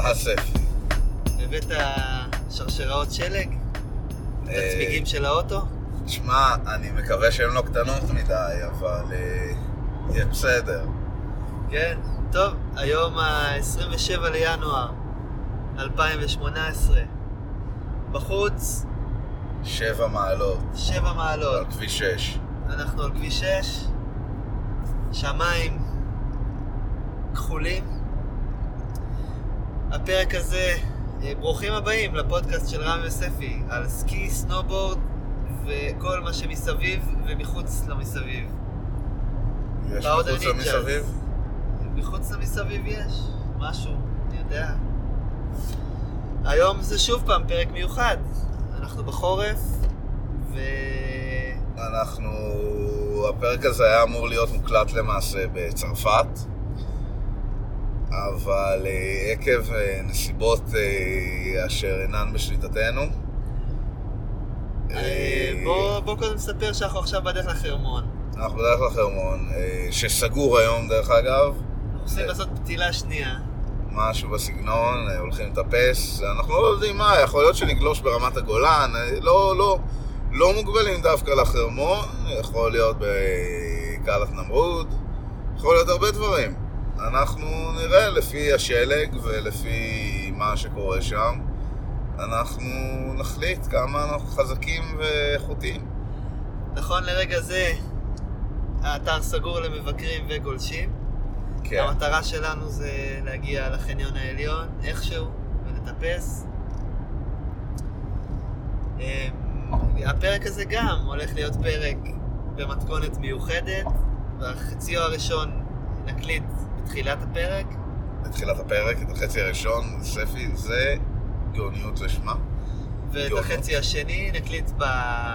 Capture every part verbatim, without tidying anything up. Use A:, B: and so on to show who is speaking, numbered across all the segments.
A: מה ספי?
B: הבאת שרשראות שלג? את הצמיגים של האוטו?
A: תשמע, אני מקווה שהן לא קטנות מדי, אבל יהיה בסדר.
B: כן, טוב, היום ה-עשרים ושבעה לינואר אלפיים ושמונה עשרה. בחוץ
A: שבע מעלות.
B: שבע מעלות.
A: על כביש שש.
B: אנחנו על כביש שש. שמיים כחולים. הפרק הזה, ברוכים הבאים לפודקאסט של רמי וספי על סקי, סנובורד וכל מה שמסביב ומחוץ למסביב.
A: יש מחוץ למסביב?
B: מחוץ למסביב יש משהו, אני יודע. היום זה שוב פעם פרק מיוחד. אנחנו בחורף ו...
A: אנחנו... הפרק הזה היה אמור להיות מוקלט למעשה בצרפת, אבל עקב נסיבות אשר אינן בשליטתנו.
B: בוא, בוא קודם נספר שאנחנו עכשיו בדרך לחרמון.
A: אנחנו בדרך לחרמון, שסגור היום דרך אגב.
B: אנחנו עושים לעשות פתילה שנייה. משהו
A: בסגנון, הולכים לטפס. אנחנו לא יודעים מה, יכול להיות שנגלוש ברמת הגולן, לא, לא, לא מוגבלים דווקא לחרמון, יכול להיות בקהלת נמרוד, יכול להיות הרבה דברים. אנחנו נראה לפי השלג ולפי מה שקורה שם, אנחנו נחליט כמה אנחנו חזקים ואיכותיים.
B: נכון לרגע זה, האתר סגור למבקרים וגולשים. כן. המטרה שלנו זה להגיע לחניון העליון איכשהו ולטפס. הפרק הזה גם הולך להיות פרק במתכונת מיוחדת, והחציו הראשון נקליט בתחילת הפרק.
A: בתחילת הפרק, את החצי הראשון, ספי, זה גאוניות לשמה.
B: ואת החצי השני נקליט ב...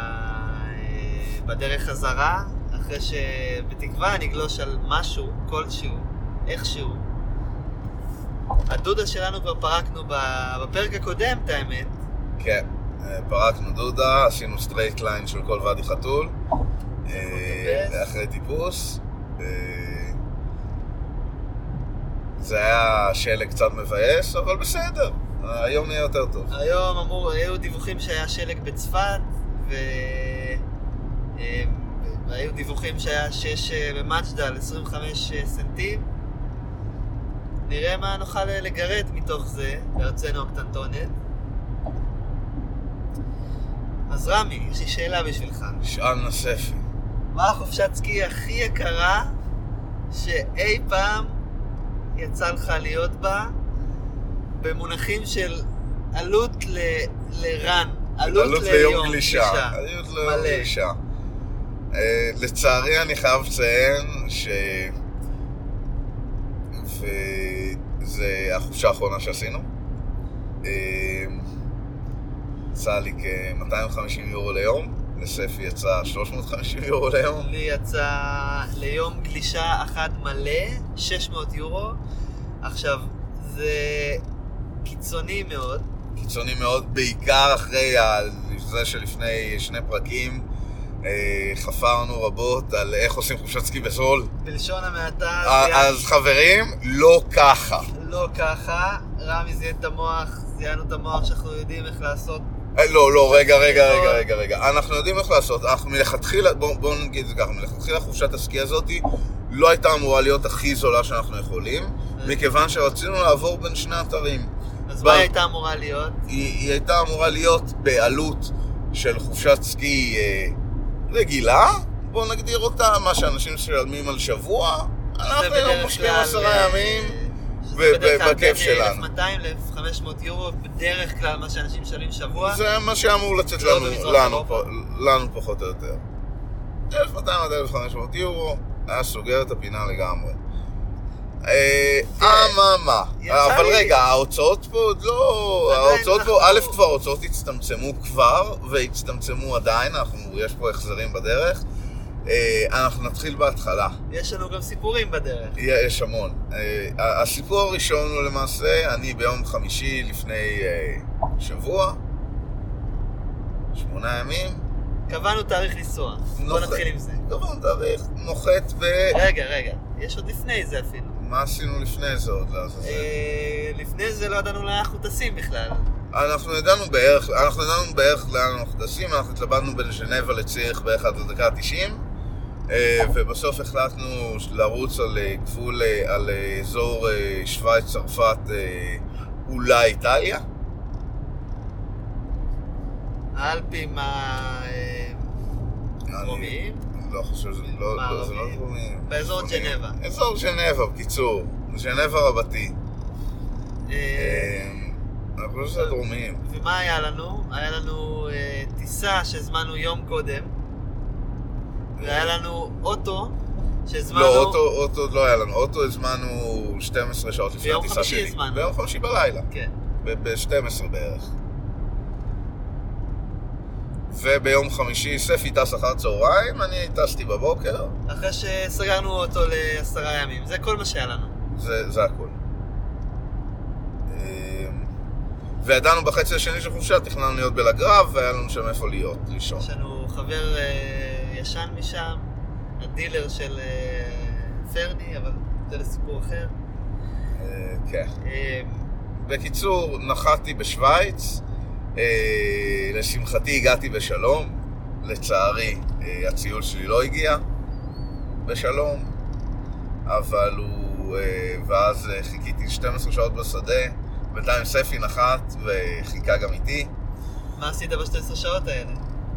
B: בדרך חזרה, אחרי שבתקווה נגלוש על משהו, כלשהו, איכשהו. הדודה שלנו כבר פרקנו בפרק הקודם, את האמת.
A: כן, פרקנו דודה, עשינו סטרייט ליין של כל ואדי חתול. אחרי טיפוס. זה היה שלג קצת מבאס, אבל בסדר. היום נהיה יותר טוב.
B: היום אמרו, היו דיווחים שהיה שלג בצפת, ו... והיו דיווחים שהיה שש במג'דל, עשרים וחמש סנטים. נראה מה נוכל לגרד מתוך זה, בארצנו הקטנטונת. אז רמי, יש לי שאלה בשבילך.
A: שאל נוספי.
B: מה החופשת סקי הכי יקרה שאי פעם יצא לך להיות בה, במונחים של עלות ל... לרן, עלות,
A: עלות
B: ליום
A: ליום גלישה. עלות ליום גלישה. Uh, לצערי אני חייב לציין ש... וזה החופשה האחרונה שעשינו. Uh, יצא לי כ-מאתיים וחמישים יורו ליום, לספי יצא שלוש מאות וחמישים יורו ליום.
B: לי יצא ליום גלישה אחד מלא, שש מאות יורו. עכשיו, זה קיצוני מאוד.
A: קיצוני מאוד, בעיקר אחרי זה שלפני שני פרקים חפרנו רבות על איך עושים חופשת סקי בזול.
B: בלשון המעטה.
A: אז חברים, לא ככה.
B: לא ככה. רמי זיין את המוח, זיינו את המוח שאנחנו יודעים איך לעשות.
A: לא, לא, רגע, רגע, רגע, רגע, רגע. אנחנו יודעים איך לעשות. אנחנו מלכתחילה, בואו נגיד את זה ככה, מלכתחילה חופשת הסקי הזאת לא הייתה אמורה להיות הכי זולה שאנחנו יכולים, מכיוון שרצינו לעבור בין שני אתרים.
B: אז מה הייתה אמורה להיות?
A: היא הייתה אמורה להיות בעלות של חופשת סקי רגילה, בואו נגדיר אותה, מה שאנשים שלמים על שבוע, אנחנו היום משקיעים עשרה ימים בכיף שלנו.
B: אלף מאתיים עד אלף וחמש מאות יורו, בדרך כלל מה שאנשים משלמים שבוע.
A: זה מה שאמור לצאת לנו פחות או יותר. אלף מאתיים עד אלף וחמש מאות יורו, היה סוגר את הפינה לגמרי. אה, מה, מה? אבל רגע, ההוצאות פה עוד לא... ההוצאות פה, א' כבר, ההוצאות הצטמצמו כבר, והצטמצמו עדיין, יש פה החזרים בדרך. אנחנו נתחיל בהתחלה.
B: יש לנו גם סיפורים בדרך.
A: יש המון. הסיפור הראשון הוא למעשה, אני ביום חמישי לפני שבוע, שמונה ימים.
B: קבענו תאריך לנסוע. בוא נתחיל עם זה.
A: קבענו תאריך, נוחת ב...
B: רגע, רגע. יש עוד לפני זה אפילו.
A: מה עשינו לפני זה עוד לעזאזל?
B: לפני זה לא ידענו לאן אנחנו טסים בכלל.
A: אנחנו ידענו בערך, אנחנו ידענו בערך לאן אנחנו טסים, אנחנו התלבטנו בין ז'נבה לציריך בערך עד הדקה ה-תשעים, ובסוף החלטנו לרוץ על גבול, על אזור שוויץ, צרפת, אולי איטליה.
B: האלפים הדרומיים?
A: לא חושב, זה לא דרומיים.
B: באזור ג'נבה.
A: אזור ג'נבה, בקיצור. ג'נבה רבתי. אני חושב שזה דרומיים.
B: ומה היה לנו? היה לנו טיסה שהזמנו יום קודם. והיה לנו אוטו שהזמנו...
A: לא, אוטו לא היה לנו. אוטו הזמנו שתים עשרה שעות לפני הטיסה שלי.
B: ביום חמישי הזמנו.
A: ביום חמישי בלילה.
B: כן.
A: ב-שתים עשרה בערך. וביום חמישי ספי טס אחר צהריים, אני טסתי בבוקר.
B: אחרי שסגרנו אותו לעשרה ימים. זה כל מה שהיה לנו.
A: זה, זה הכל. וידענו בחצי השני של חופשה, תכננו להיות בלגרב, והיה לנו שם איפה להיות, לישון.
B: יש לנו חבר אה, ישן משם, הדילר של אה, פרני, אבל זה לסיפור אחר.
A: אה, כן. אה, בקיצור, נחתי בשוויץ, אה, לשמחתי הגעתי בשלום, לצערי אה, הציול שלי לא הגיע בשלום, אבל הוא, אה, ואז אה, חיכיתי שתים עשרה שעות בשדה, בינתיים ספי נחת וחיכה גם איתי.
B: מה עשית ב-שתים עשרה שעות האלה?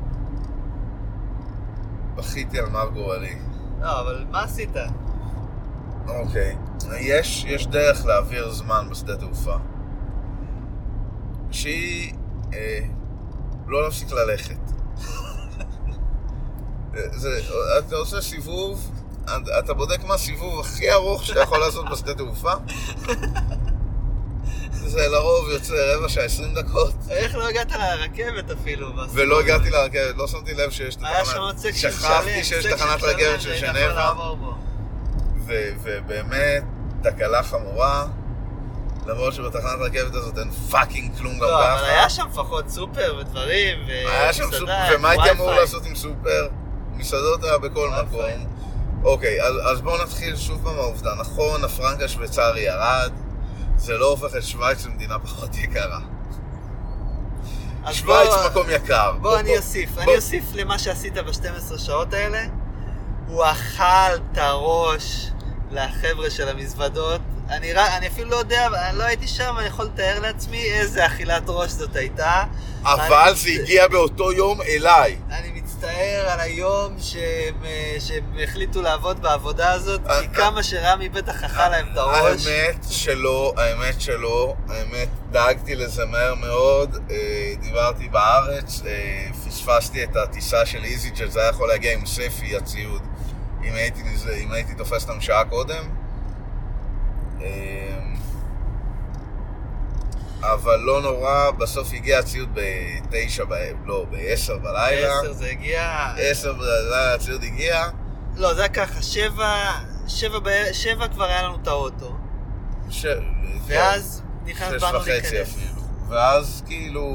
A: בכיתי על מר גורלי.
B: לא, אבל מה עשית?
A: אוקיי. יש, יש דרך להעביר זמן בשדה תעופה. שהיא אה, לא להפסיק ללכת. זה, אתה עושה סיבוב, אתה בודק מה הסיבוב הכי ארוך שאתה יכול לעשות בשדה תעופה. זה לרוב יוצא רבע שעה, עשרים דקות.
B: איך לא הגעת לרכבת אפילו?
A: ולא הגעתי לרכבת, לא שמתי לב שיש תחנת...
B: היה שם עוד סקשן שלם.
A: שכחתי שיש תחנת רכבת של ז'נבה. ובאמת, תקלה חמורה. למרות שבתחנת רכבת הזאת אין פאקינג כלום גם ככה.
B: לא, אבל היה שם לפחות סופר ודברים,
A: היה שם סופר, ומה הייתי אמור לעשות עם סופר? מסעדות היה בכל מקום. אוקיי, אז בואו נתחיל שוב פעם העובדה. נכון, הפרנק השוויצרי ירד. זה לא הופך את שוויץ למדינה פחות יקרה. שוויץ מקום יקר.
B: בוא אני אוסיף, אני אוסיף למה שעשית ב-שתים עשרה שעות האלה. הוא אכל את הראש לחבר'ה של המזוודות. אני אפילו לא יודע, אני לא הייתי שם, אני יכול לתאר לעצמי איזה אכילת ראש זאת הייתה.
A: אבל זה הגיע באותו יום אליי.
B: אני מצטער על היום שהם החליטו לעבוד בעבודה הזאת, כי כמה שרמי בטח אכל להם את הראש.
A: האמת שלא, האמת שלא, האמת דאגתי לזה מהר מאוד, דיברתי בארץ, פספסתי את הטיסה של איזיג'ט, זה היה יכול להגיע עם ספי הציוד, אם הייתי, אם הייתי תופס אותם שעה קודם. אבל לא נורא, בסוף הגיע הציוד בתשע, לא, בעשר בלילה.
B: בעשר זה הגיע.
A: עשר בלילה הציוד הגיע.
B: לא, זה היה ככה, שבע, שבע, שבע כבר היה לנו את האוטו.
A: ש...
B: ואז נכנס באנו להיכנס.
A: ואז כאילו,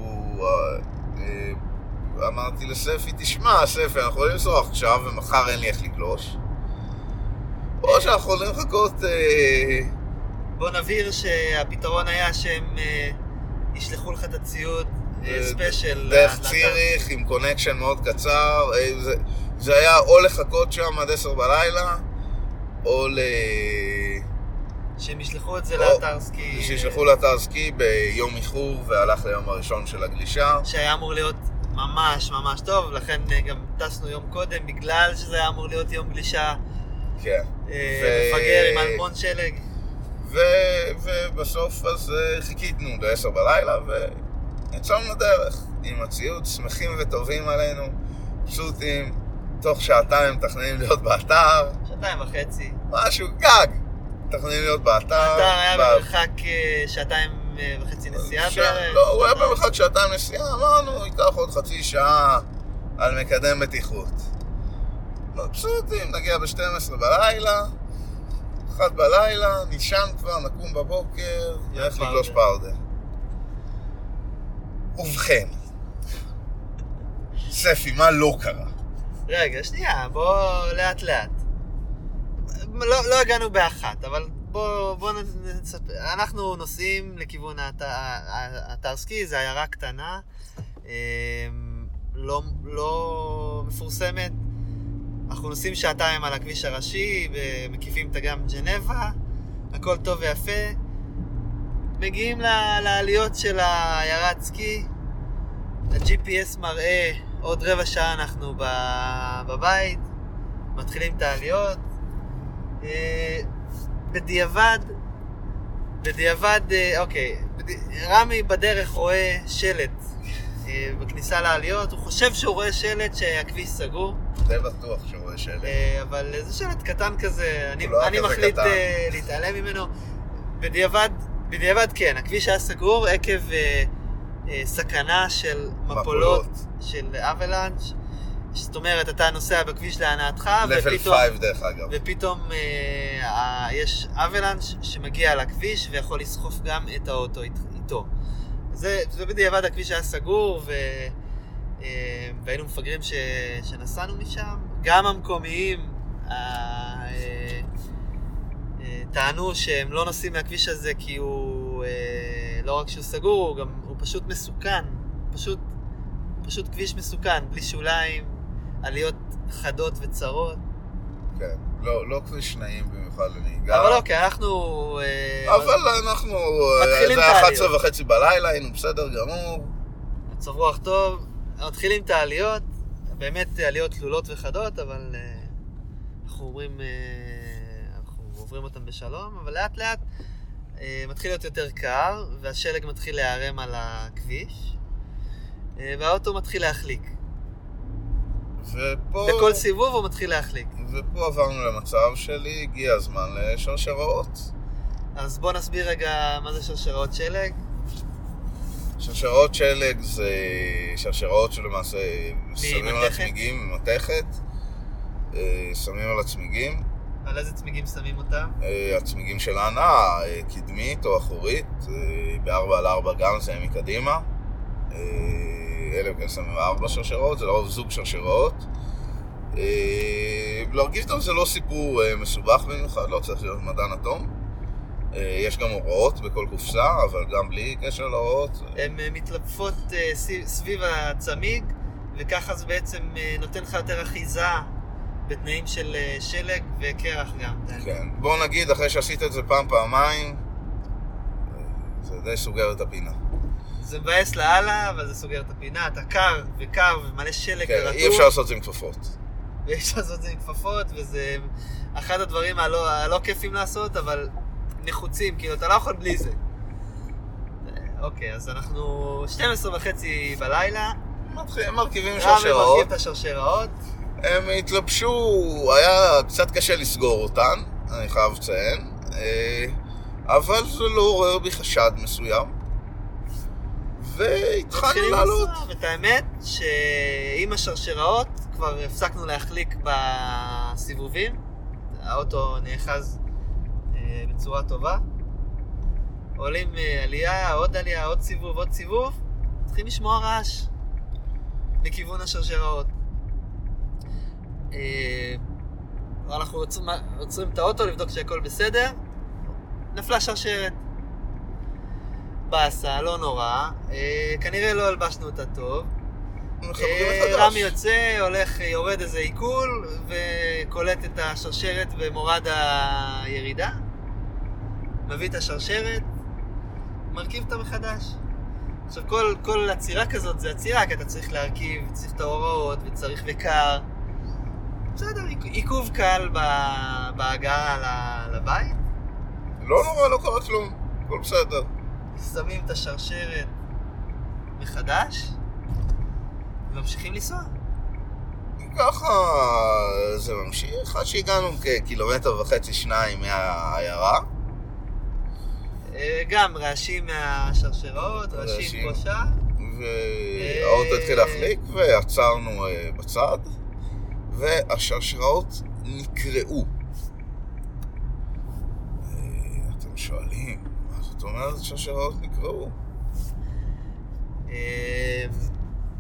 A: אמרתי לספי, תשמע, ספי, אנחנו יכולים לנסוע עכשיו ומחר אין לי איך לגלוש. או שאנחנו יכולים לחכות...
B: בוא נבהיר שהפתרון היה שהם ישלחו לך את הציוד ספיישל.
A: דרך ציריך עם קונקשן מאוד קצר. זה היה או לחכות שם עד עשר בלילה, או ל...
B: שהם ישלחו את זה לאתר סקי.
A: שישלחו לאתר סקי ביום איחור, והלך ליום הראשון של הגלישה.
B: שהיה אמור להיות ממש ממש טוב, לכן גם טסנו יום קודם, בגלל שזה היה אמור להיות יום גלישה.
A: כן.
B: מפגר עם אלמון שלג.
A: ובסוף אז חיכיתנו ל-עשר בלילה ויצאנו לדרך עם הציוד, שמחים וטובים עלינו, פשוטים, תוך שעתיים תכננים להיות באתר.
B: שעתיים וחצי.
A: משהו, גג! תכננים להיות באתר.
B: האתר היה במרחק שעתיים וחצי נסיעה בערך?
A: לא, הוא היה במרחק שעתיים נסיעה, אמרנו, ייקח עוד חצי שעה על מקדם בטיחות. פשוטים, נגיע ב-שתים עשרה בלילה, אחת בלילה, נשן כבר, נקום בבוקר, נלך לגלוש פאודר. ובכן, ספי, מה לא קרה?
B: רגע, שנייה, בוא לאט לאט. לא, לא הגענו באחת, אבל בוא, בוא נספר, אנחנו נוסעים לכיוון האתר סקי, זו עיירה קטנה, לא, לא מפורסמת. אנחנו נוסעים שעתיים על הכביש הראשי, ומקיפים את אגם ג'נבה, הכל טוב ויפה. מגיעים לעליות של העיירת סקי, ה-ג'י פי אס מראה עוד רבע שעה אנחנו בבית, מתחילים את העליות. בדיעבד, בדיעבד, אוקיי, רמי בדרך רואה שלט בכניסה לעליות, הוא חושב שהוא רואה שלט שהכביש סגור.
A: די בטוח שהוא רואה שלט.
B: אבל זה שלט קטן כזה, אני, אני מחליט קטן. להתעלם ממנו. בדיעבד, בדיעבד כן, הכביש היה סגור עקב סכנה של מפולות, של אבלנץ'. זאת אומרת, אתה נוסע בכביש להנאתך,
A: ופתאום, דרך אגב.
B: ופתאום אה, יש אבלנץ' שמגיע לכביש ויכול לסחוף גם את האוטו איתו. זה, זה בדיעבד הכביש היה סגור, ו, אה, והיינו מפגרים ש, שנסענו משם. גם המקומיים אה, אה, אה, טענו שהם לא נוסעים מהכביש הזה כי הוא, אה, לא רק שהוא סגור, הוא, גם, הוא פשוט מסוכן. פשוט, פשוט כביש מסוכן, בלי שוליים. עליות חדות וצרות.
A: כן, לא, לא כביש נעים במיוחד לנהיגה.
B: אבל אוקיי, אנחנו...
A: אבל אנחנו...
B: מתחילים את העליות.
A: זה אחת עשרה וחצי בלילה, היינו בסדר גמור.
B: מצב רוח טוב. מתחילים את העליות. באמת עליות תלולות וחדות, אבל אנחנו עוברים, אנחנו עוברים אותם בשלום, אבל לאט לאט מתחיל להיות יותר קר, והשלג מתחיל להיערם על הכביש, והאוטו מתחיל להחליק.
A: ופה...
B: בכל סיבוב הוא מתחיל להחליק.
A: ופה עברנו למצב שלי, הגיע הזמן לשרשראות.
B: אז בוא נסביר רגע מה זה שרשראות שלג.
A: שרשראות שלג זה שרשראות שלמעשה שמים על הצמיגים, ממתכת. שמים על הצמיגים.
B: על איזה צמיגים שמים אותם?
A: הצמיגים של ההנעה, קדמית או אחורית, ב-ארבע על ארבע גם זה מקדימה. אלה כאלה שמים ארבע שרשרות, זה לרוב זוג שרשרות. להרגיש אותם זה לא סיפור מסובך במיוחד, לא צריך להיות מדען אטום. יש גם הוראות בכל קופסה, אבל גם בלי קשר להוראות.
B: הן מתלפפות סביב הצמיג, וככה זה בעצם נותן לך יותר אחיזה בתנאים של שלג וקרח גם.
A: כן, בוא נגיד אחרי שעשית את זה פעם פעמיים, זה די סוגר את הפינה.
B: זה מבאס לאללה, אבל זה סוגר את הפינה, אתה קר וקר ומלא שלג
A: כן,
B: ורטוב.
A: אי אפשר לעשות זה עם כפפות.
B: ואי אפשר לעשות את זה עם כפפות, וזה אחד הדברים הלא, הלא כיפים לעשות, אבל נחוצים, כאילו אתה לא יכול בלי זה. אוקיי, אז אנחנו שתים עשרה וחצי בלילה.
A: מתחילים, מרכיבים
B: שרשראות. רמי
A: שרשראות.
B: מרכיב את השרשראות.
A: הם התלבשו, היה קצת קשה לסגור אותן, אני חייב לציין, אבל זה לא עורר בי חשד מסוים. והתחלנו לעלות.
B: ואת האמת שעם השרשראות כבר הפסקנו להחליק בסיבובים. האוטו נאחז אה, בצורה טובה. עולים אה, עלייה, עוד עלייה, עוד סיבוב, עוד סיבוב. צריכים לשמוע רעש לכיוון השרשראות. אה, אנחנו עוצרים, עוצרים את האוטו לבדוק שהכל בסדר. נפלה שרשרת. באסה, לא נורא, אה, כנראה לא הלבשנו אותה טוב. אה, רמי יוצא, הולך, יורד איזה עיכול וקולט את השרשרת במורד הירידה, מביא את השרשרת, מרכיב אותה מחדש. עכשיו כל, כל עצירה כזאת זה עצירה, כי אתה צריך להרכיב, צריך את ההוראות וצריך וקר. בסדר, עיכוב קל בהגעה לבית.
A: לא נורא, לא קרה כלום, הכל בסדר.
B: שמים את השרשרת מחדש וממשיכים לנסוע.
A: ככה זה ממשיך, עד שהגענו כקילומטר וחצי שניים מהעיירה.
B: גם רעשים מהשרשרות, רעשים פה שם.
A: והאוטו התחיל להחליק ועצרנו בצד, והשרשרות נקרעו. אתם שואלים, מה זאת אומרת שרשרות נקרעו?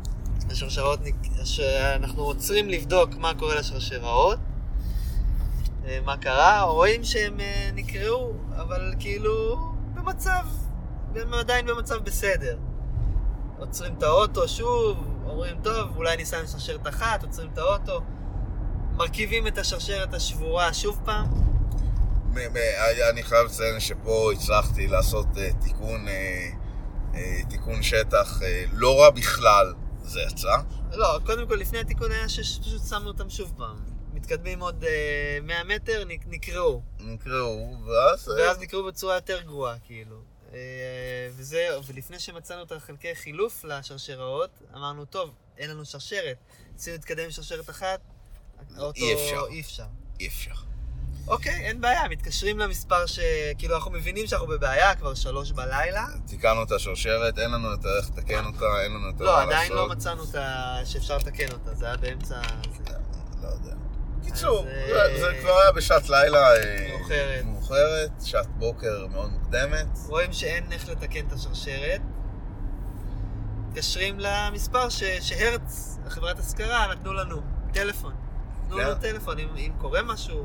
B: השרשרות, אנחנו עוצרים לבדוק מה קורה לשרשראות. מה קרה, רואים שהם נקראו, אבל כאילו במצב, הם עדיין במצב בסדר. עוצרים את האוטו שוב, אומרים טוב, אולי ניסה עם שרשרת אחת, עוצרים את האוטו, מרכיבים את השרשרת השבורה שוב פעם.
A: אני חייב לציין שפה הצלחתי לעשות תיקון, תיקון שטח לא רע בכלל, זה יצא.
B: לא, קודם כל לפני התיקון היה שפשוט שמנו אותם שוב פעם. מתקדמים עוד מאה מטר, נקראו.
A: נקראו, ואז...
B: ואז נקראו בצורה יותר גרועה, כאילו. וזה, ולפני שמצאנו את החלקי חילוף לשרשראות, אמרנו, טוב, אין לנו שרשרת. צריכים להתקדם עם שרשרת אחת, האוטו
A: אי אפשר.
B: אי אפשר.
A: אי אפשר.
B: אוקיי, אין בעיה, מתקשרים למספר ש... כאילו, אנחנו מבינים שאנחנו בבעיה, כבר שלוש בלילה.
A: תיקנו את השרשרת, אין לנו את איך לתקן אותה, אין לנו את מה לעשות.
B: לא, עדיין לא מצאנו את ה... שאפשר לתקן אותה, זה היה באמצע...
A: לא יודע. קיצור, זה כבר היה בשעת לילה
B: מאוחרת.
A: מאוחרת, שעת בוקר מאוד מוקדמת.
B: רואים שאין איך לתקן את השרשרת. מתקשרים למספר שהרץ, החברת השכרה, נתנו לנו טלפון. נתנו לנו טלפון, אם קורה משהו.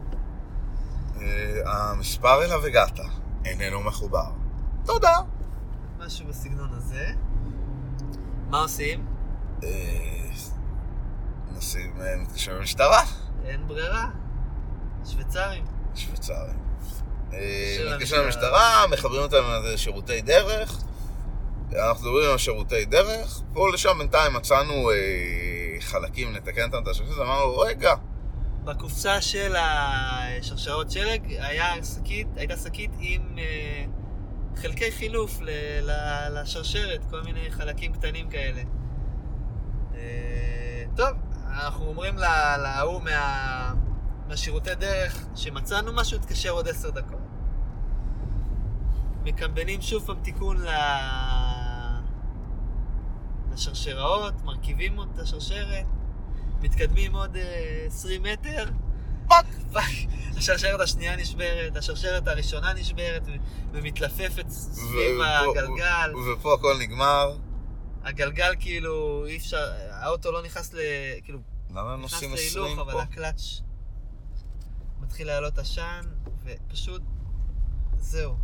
A: המספר אליו הגעת, איננו מחובר. תודה.
B: משהו בסגנון הזה. מה עושים?
A: נוסעים, מתקשרים למשטרה.
B: אין ברירה. שוויצרים.
A: שוויצרים. מתקשרים למשטרה, מחברים אותם לשירותי דרך. אנחנו מדברים על שירותי דרך. פה לשם בינתיים מצאנו חלקים לתקן את השרשרת, אמרנו, רגע.
B: בקופסה של השרשרות שלג היה שקית, הייתה שקית עם חלקי חילוף לשרשרת, כל מיני חלקים קטנים כאלה. טוב, אנחנו אומרים להוא מה... מהשירותי דרך שמצאנו משהו, תקשר עוד עשר דקות. מקמבנים שוב פעם תיקון ל... לשרשראות, מרכיבים את השרשרת, מתקדמים עוד עשרים מטר, פאק, פאק. השרשרת השנייה נשברת, השרשרת הראשונה נשברת ומתלפפת סביב הגלגל.
A: ופה הכל נגמר.
B: הגלגל כאילו אי אפשר, האוטו לא נכנס ל... כאילו...
A: למה
B: נכנס
A: נוסעים
B: להילוך,
A: עשרים
B: אבל
A: פה?
B: הקלאץ' מתחיל לעלות עשן, ופשוט זהו.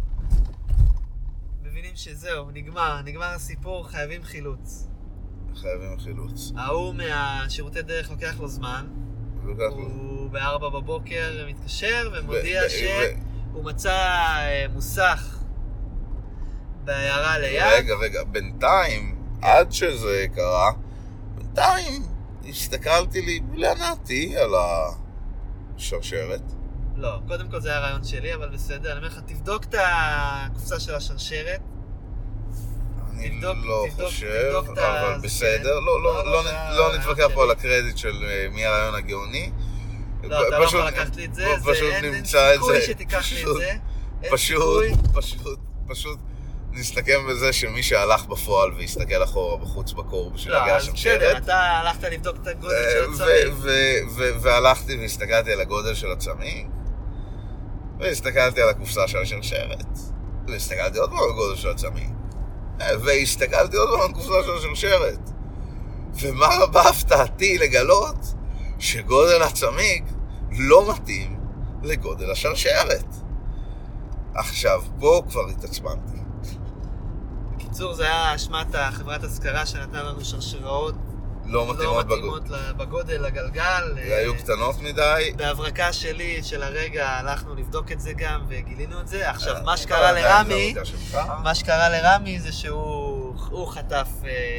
B: מבינים שזהו, נגמר, נגמר הסיפור, חייבים חילוץ.
A: חייבים חילוץ.
B: ההוא מהשירותי דרך לוקח לו זמן. הוא בארבע בבוקר מתקשר ומודיע שהוא מצא מוסך בעיירה ליד.
A: רגע, רגע, בינתיים, עד שזה קרה, בינתיים הסתכלתי לי, לענתי על השרשרת.
B: לא, קודם כל זה היה רעיון שלי, אבל בסדר. אני אומר לך, תבדוק את הקופסה של השרשרת.
A: אני לא חושב, אבל בסדר. לא נתווכח פה על הקרדיט של מי הרעיון הגאוני.
B: לא, אתה לא יכול לקחת לי את זה, אין סיכוי שתיקח לי את זה.
A: פשוט, פשוט, פשוט נסתכם בזה שמי שהלך בפועל והסתכל אחורה בחוץ בקור בשביל להגיע השרשרת.
B: בסדר, אתה הלכת לבדוק את הגודל של הצמיג.
A: והלכתי והסתכלתי על הגודל של הצמיג, והסתכלתי על הקופסה של השרשרת, והסתכלתי עוד פעם על הגודל של הצמיג, והסתכלתי עוד פעם על הקופסה של השרשרת. ומה רבה הפתעתי לגלות שגודל הצמיג לא מתאים לגודל השרשרת. עכשיו, פה כבר התעצמנתי.
B: בקיצור, זה היה אשמת החברת השכרה שנתנה לנו שרשראות
A: לא מתאימות,
B: לא מתאימות בגודל הגלגל.
A: היו קטנות מדי.
B: בהברקה שלי של הרגע הלכנו לבדוק את זה גם וגילינו את זה. עכשיו, מה שקרה לרמי, מה שקרה לרמי זה שהוא חטף...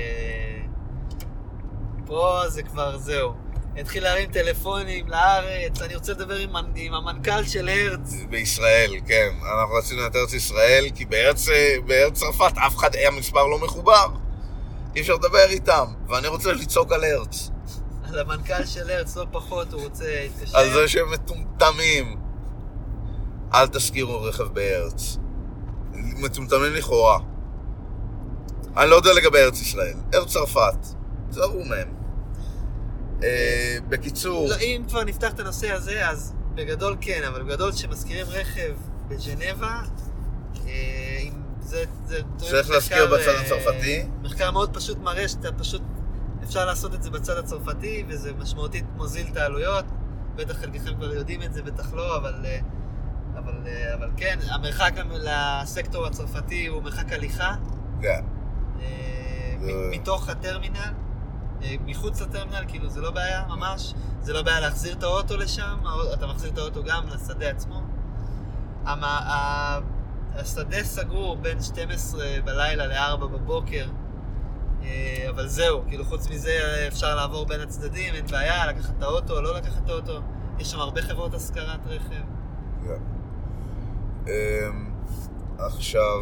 B: פה זה כבר זהו. התחיל להרים טלפונים לארץ, אני רוצה לדבר עם, עם המנכ"ל של הרץ.
A: בישראל, כן. אנחנו רצינו את הרץ ישראל, כי בארץ, בארץ צרפת אף אחד, המספר לא מחובר. אי אפשר לדבר איתם, ואני רוצה לצעוק על הרץ.
B: על המנכ"ל של הרץ, לא פחות, הוא רוצה להתקשר.
A: על זה שהם מטומטמים. אל תזכירו רכב בארץ. מטומטמים לכאורה. אני לא יודע לגבי ארץ ישראל. ארץ צרפת. תזהרו מהם. בקיצור...
B: אם כבר נפתח את הנושא הזה, אז בגדול כן, אבל בגדול שמזכירים רכב בג'נבה,
A: צריך להזכיר בצד הצרפתי.
B: מחקר מאוד פשוט מראה שאתה פשוט אפשר לעשות את זה בצד הצרפתי, וזה משמעותית מוזיל את העלויות. בטח חלקכם כבר יודעים את זה, בטח לא, אבל, אבל, אבל כן, המרחק לסקטור הצרפתי הוא מרחק הליכה.
A: כן.
B: מתוך הטרמינל, מחוץ לטרמינל, כאילו זה לא בעיה ממש, זה לא בעיה להחזיר את האוטו לשם, אתה מחזיר את האוטו גם לשדה עצמו. השדה סגור בין שתים עשרה בלילה ל-ארבע בבוקר, אבל זהו, כאילו חוץ מזה אפשר לעבור בין הצדדים, אין בעיה, לקחת את האוטו או לא לקחת את האוטו, יש שם הרבה חברות השכרת רכב.
A: עכשיו...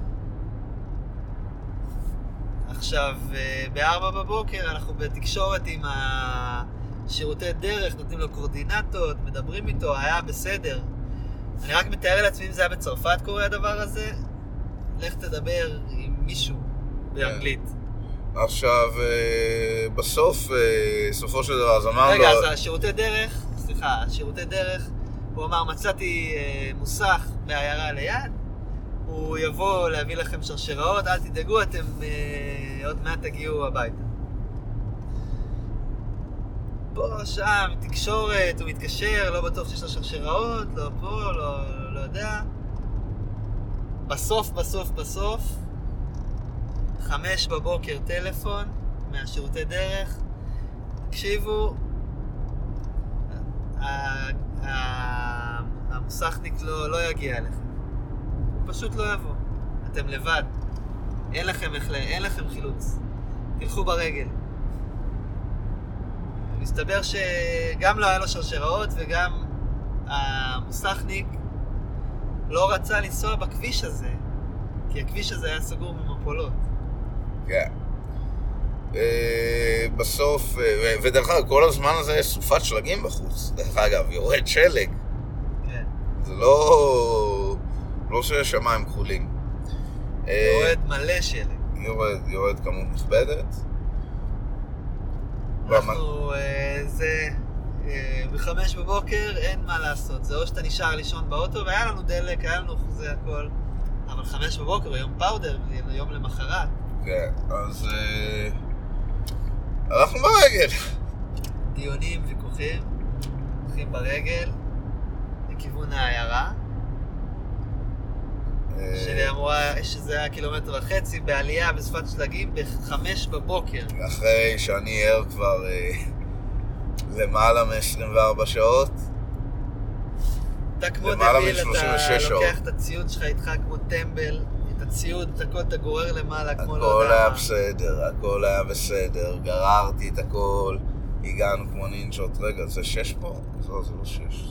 B: עכשיו, בארבע בבוקר אנחנו בתקשורת עם השירותי דרך, נותנים לו קורדינטות, מדברים איתו, היה בסדר. אני רק מתאר לעצמי אם זה היה בצרפת קורה הדבר הזה, לך תדבר עם מישהו באנגלית.
A: עכשיו, בסוף, סופו של דבר, אז אמר לו...
B: רגע, אז השירותי דרך, סליחה, השירותי דרך, הוא אמר, מצאתי מוסך בעיירה ליד, הוא יבוא להביא לכם שרשראות, אל תדאגו, אתם אה, עוד מעט תגיעו הביתה. פה, שם, תקשורת, הוא מתקשר, לא בטוח שיש לו שרשראות, לא פה, לא, לא יודע. בסוף, בסוף, בסוף, חמש בבוקר טלפון מהשירותי דרך, תקשיבו, המוסכניק לא, לא יגיע אליכם. פשוט לא יבוא. אתם לבד. אין לכם, אין לכם חילוץ. תלכו ברגל. מסתבר שגם לא היה לו שרשראות וגם המוסכניק לא רצה לנסוע בכביש הזה, כי הכביש הזה היה סגור ממפולות.
A: כן. בסוף, ודרך אגב, כל הזמן הזה יש סופת שלגים בחוץ. דרך אגב, יורד שלג.
B: כן.
A: זה לא... לא שיש שמיים כחולים.
B: יורד מלא שלג.
A: יורד, יורד כמות נכבדת.
B: אנחנו, זה, בחמש בבוקר אין מה לעשות. זה או שאתה נשאר לישון באוטו, והיה לנו דלק, היה לנו חוזה הכל. אבל חמש בבוקר, יום פאודר, יום למחרת.
A: כן, אז הלכנו ברגל.
B: דיונים, ויכוחים, הולכים ברגל, לכיוון העיירה. שלי אמורה שזה היה קילומטר וחצי בעלייה בשפת שלגים בחמש בבוקר.
A: אחרי שאני ער כבר אה, למעלה מ-עשרים וארבע שעות.
B: אתה כמו דביל, אתה לוקח את הציוד שלך איתך כמו טמבל, את הציוד, את הכל אתה גורר למעלה כמו לא יודע.
A: הכל היה בסדר, הכל היה בסדר, גררתי את הכל, הגענו כמו נינג'ות. רגע, זה שש פה? לא, זה לא שש.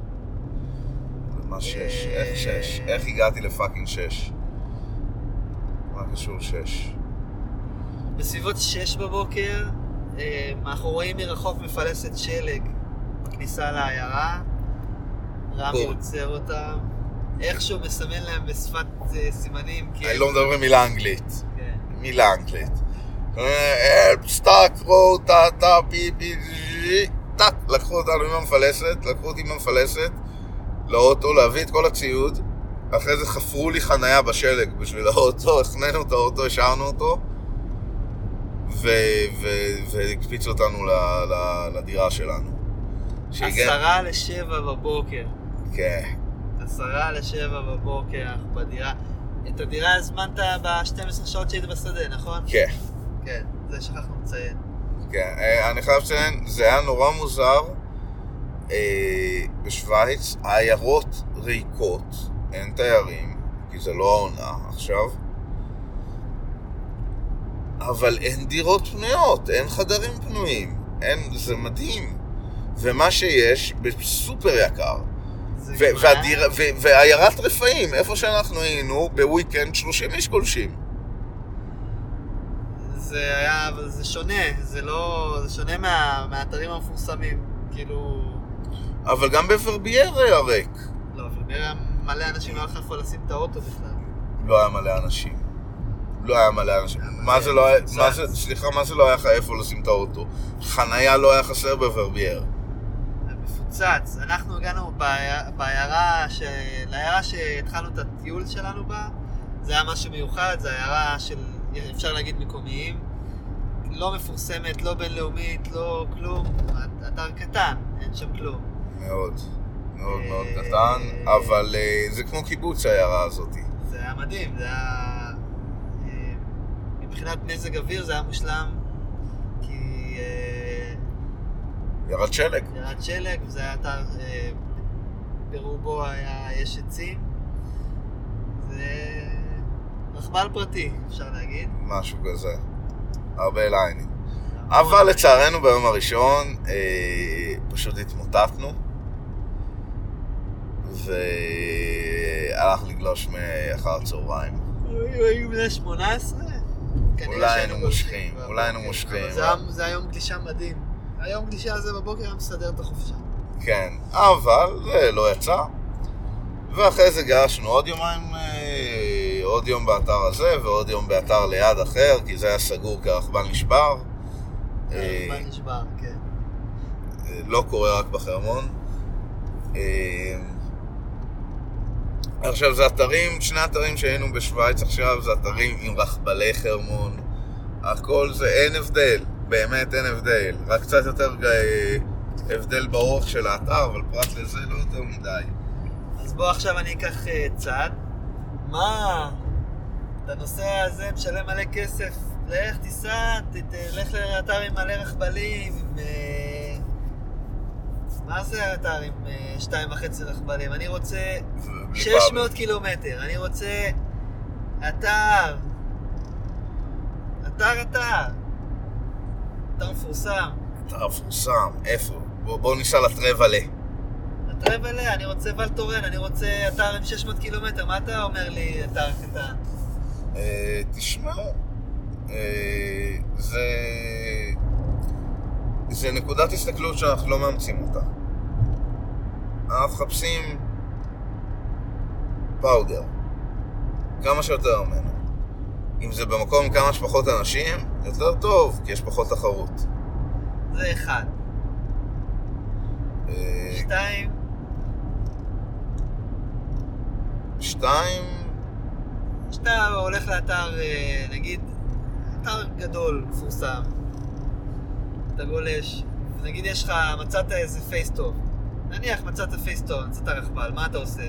A: מה שש? איך שש? איך הגעתי לפאקינג שש? מה קשור שש?
B: בסביבות שש בבוקר, אנחנו רואים מרחוק מפלסת שלג בכניסה לעיירה. רמי עוצר אותם. איכשהו מסמן להם בשפת סימנים.
A: אני לא מדבר מילה אנגלית. מילה אנגלית. Help, stuck, road, טה, טה, פי, פי, טק. לקחו אותנו עם המפלסת, לקחו אותי עם המפלסת. לאוטו, להביא את כל הציוד, אחרי זה חפרו לי חנייה בשלג בשביל האוטו, הכננו את האוטו, השארנו אותו, והקפיצו אותנו לדירה שלנו.
B: עשרה לשבע בבוקר.
A: כן.
B: עשרה לשבע בבוקר, אנחנו בדירה. את הדירה הזמנת ב-שתים עשרה שעות שהיית בשדה, נכון?
A: כן.
B: כן, זה שכחנו לציין.
A: כן, אני חייב לציין, זה היה נורא מוזר. בשוויץ העיירות ריקות, אין תיירים, כי זה לא העונה עכשיו, אבל אין דירות פנויות, אין חדרים פנויים, אין, זה מדהים. ומה שיש בסופר יקר. ועיירת רפאים, איפה שאנחנו היינו, בוויקנד שלושים איש גולשים.
B: זה היה, אבל זה שונה, זה לא, זה שונה מה, מהאתרים המפורסמים, כאילו...
A: אבל גם בוורבייר היה ריק.
B: לא, בוורבייר היה מלא אנשים, לא היה לך איפה לשים את האוטו בכלל.
A: לא היה מלא אנשים. לא היה מלא אנשים. מה זה לא היה, מה זה, סליחה, מה זה לא היה לך איפה לשים את האוטו? חנייה לא היה חסר בוורבייר.
B: מפוצץ. אנחנו הגענו בעיירה, לעיירה שהתחלנו את הטיול שלנו בה, זה היה משהו מיוחד, זה עיירה של, אפשר להגיד, מקומיים. לא מפורסמת, לא בינלאומית, לא כלום. אתר קטן, אין שם כלום.
A: מאוד, מאוד מאוד קטן, אבל זה כמו קיבוץ העיירה הזאת.
B: זה היה מדהים, זה היה... מבחינת מזג אוויר זה היה מושלם, כי...
A: ירד שלג.
B: ירד שלג, וזה היה אתר... ברובו היה יש עצים. זה... רכבל פרטי, אפשר להגיד.
A: משהו כזה. הרבה ליינים. אבל לצערנו ביום הראשון אה, פשוט התמוטטנו והלך לגלוש מאחר צהריים.
B: היו בני שמונה עשרה?
A: אולי היינו מושכים, אולי היינו מושכים.
B: זה היום גלישה מדהים. היום גלישה הזה בבוקר היה מסדר את החופשה.
A: כן, אבל זה לא יצא. ואחרי זה גרשנו עוד יומיים, עוד יום באתר הזה ועוד יום באתר ליד אחר, כי זה היה סגור כי הרכבל נשבר.
B: הרכבל נשבר, כן.
A: לא קורה רק בחרמון. עכשיו זה אתרים, שני אתרים שהיינו בשוויץ עכשיו, זה אתרים עם רכבלי חרמון. הכל זה, אין הבדל, באמת אין הבדל. רק קצת יותר הבדל באורך של האתר, אבל פרט לזה לא יותר מדי.
B: אז בוא עכשיו אני אקח צעד. מה? אתה נוסע הזה, משלם מלא כסף, לך תיסע, תלך לאתר עם מלא רכבלים, עם... מה זה אתר עם שתיים וחצי רכבלים? אני רוצה שש מאות קילומטר, אני רוצה אתר, אתר אתר, אתר מפורסם.
A: אתר מפורסם, איפה? בוא, בוא ניסע לטרבלה.
B: לטרבלה, אני רוצה ולטורן, אני רוצה אתר עם שש מאות קילומטר, מה אתה אומר לי אתר קטן?
A: אה, תשמעו, אה, זה... זה נקודת הסתכלות שאנחנו לא מאמצים אותה. אנחנו חפשים פאודר, כמה שיותר ממנו. אם זה במקום עם כמה שפחות אנשים, יותר טוב, כי יש פחות תחרות.
B: זה אחד. שתיים.
A: שתיים.
B: שאתה הולך לאתר, נגיד, אתר גדול, מפורסם. אתה גולש, נגיד יש לך, מצאת איזה פייס טוב. נניח מצאת פייס טוב, מצאת רכבל, מה אתה עושה?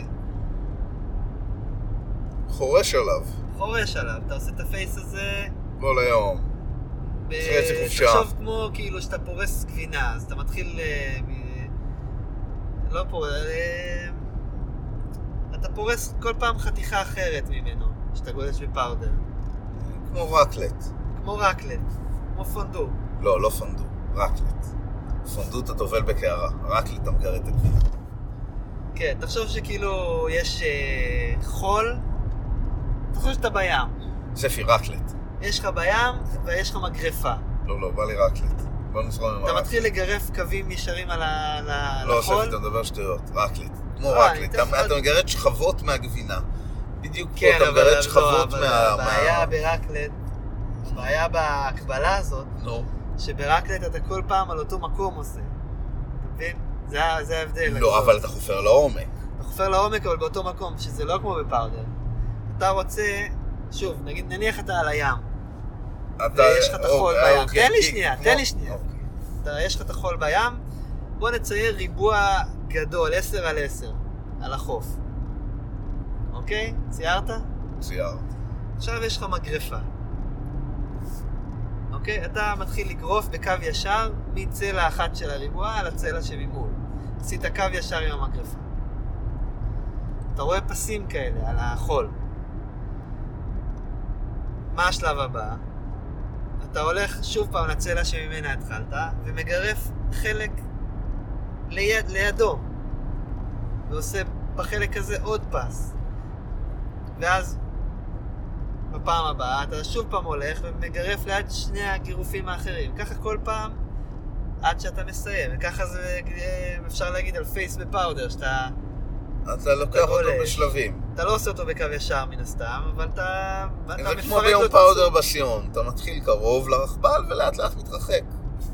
A: חורש עליו.
B: חורש עליו, אתה עושה את הפייס הזה...
A: לא ליום. ב... חצי חופשה.
B: תחשוב כמו כאילו שאתה פורס גבינה, אז אתה מתחיל... מ... לא פורס... אתה פורס כל פעם חתיכה אחרת ממנו, שאתה גולש בפאודר.
A: כמו רקלט.
B: כמו רקלט, כמו פונדו.
A: לא, לא פונדו, רקלט. פונדו אתה טובל בקערה, רקלט אתה מגרד את הגבינה.
B: כן, תחשוב שכאילו יש אה, חול, תחשוב שאתה בים.
A: ספי, רקלט.
B: יש לך בים ויש לך מגרפה.
A: לא, לא, בא לי רקלט. בוא נזרום עם הרקלט.
B: אתה מתחיל לגרף קווים ישרים על החול.
A: לא, ספי, אתה מדבר שטויות, רקלט. כמו רקלט, אתה מגרד שכבות מהגבינה. בדיוק פה אתה מגרד שכבות מה...
B: הבעיה ברקלט, הבעיה בהקבלה הזאת, שברקלט אתה כל פעם על אותו מקום עושה. אתה מבין? זה ההבדל.
A: לא, אבל אתה חופר לעומק.
B: אתה חופר לעומק, אבל באותו מקום, שזה לא כמו בפאודר. אתה רוצה, שוב, נגיד, נניח אתה על הים. ויש לך את החול בים. תן לי שנייה, תן לי שנייה. יש לך את החול בים, בוא נצייר ריבוע גדול, עשר על עשר, על החוף. אוקיי? ציירת?
A: ציירת.
B: עכשיו יש לך מגרפה. אוקיי? אתה מתחיל לגרוף בקו ישר מצלע אחת של הריבוע לצלע שממול. עשית קו ישר עם המגרפה. אתה רואה פסים כאלה על החול. מה השלב הבא? אתה הולך שוב פעם לצלע שממנה התחלת ומגרף חלק ליד, לידו. ועושה בחלק הזה עוד פס. ואז בפעם הבאה אתה שוב פעם הולך ומגרף ליד שני הגירופים האחרים. ככה כל פעם עד שאתה מסיים. וככה זה אפשר להגיד על פייס בפאודר, שאתה...
A: אתה לוקח אותו בשלבים.
B: אתה לא עושה אותו בקו ישר מן הסתם, אבל אתה...
A: זה כמו ביום פאודר בסיון. אתה מתחיל קרוב לרכבל ולאט לאט מתרחק.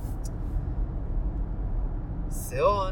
B: סיון...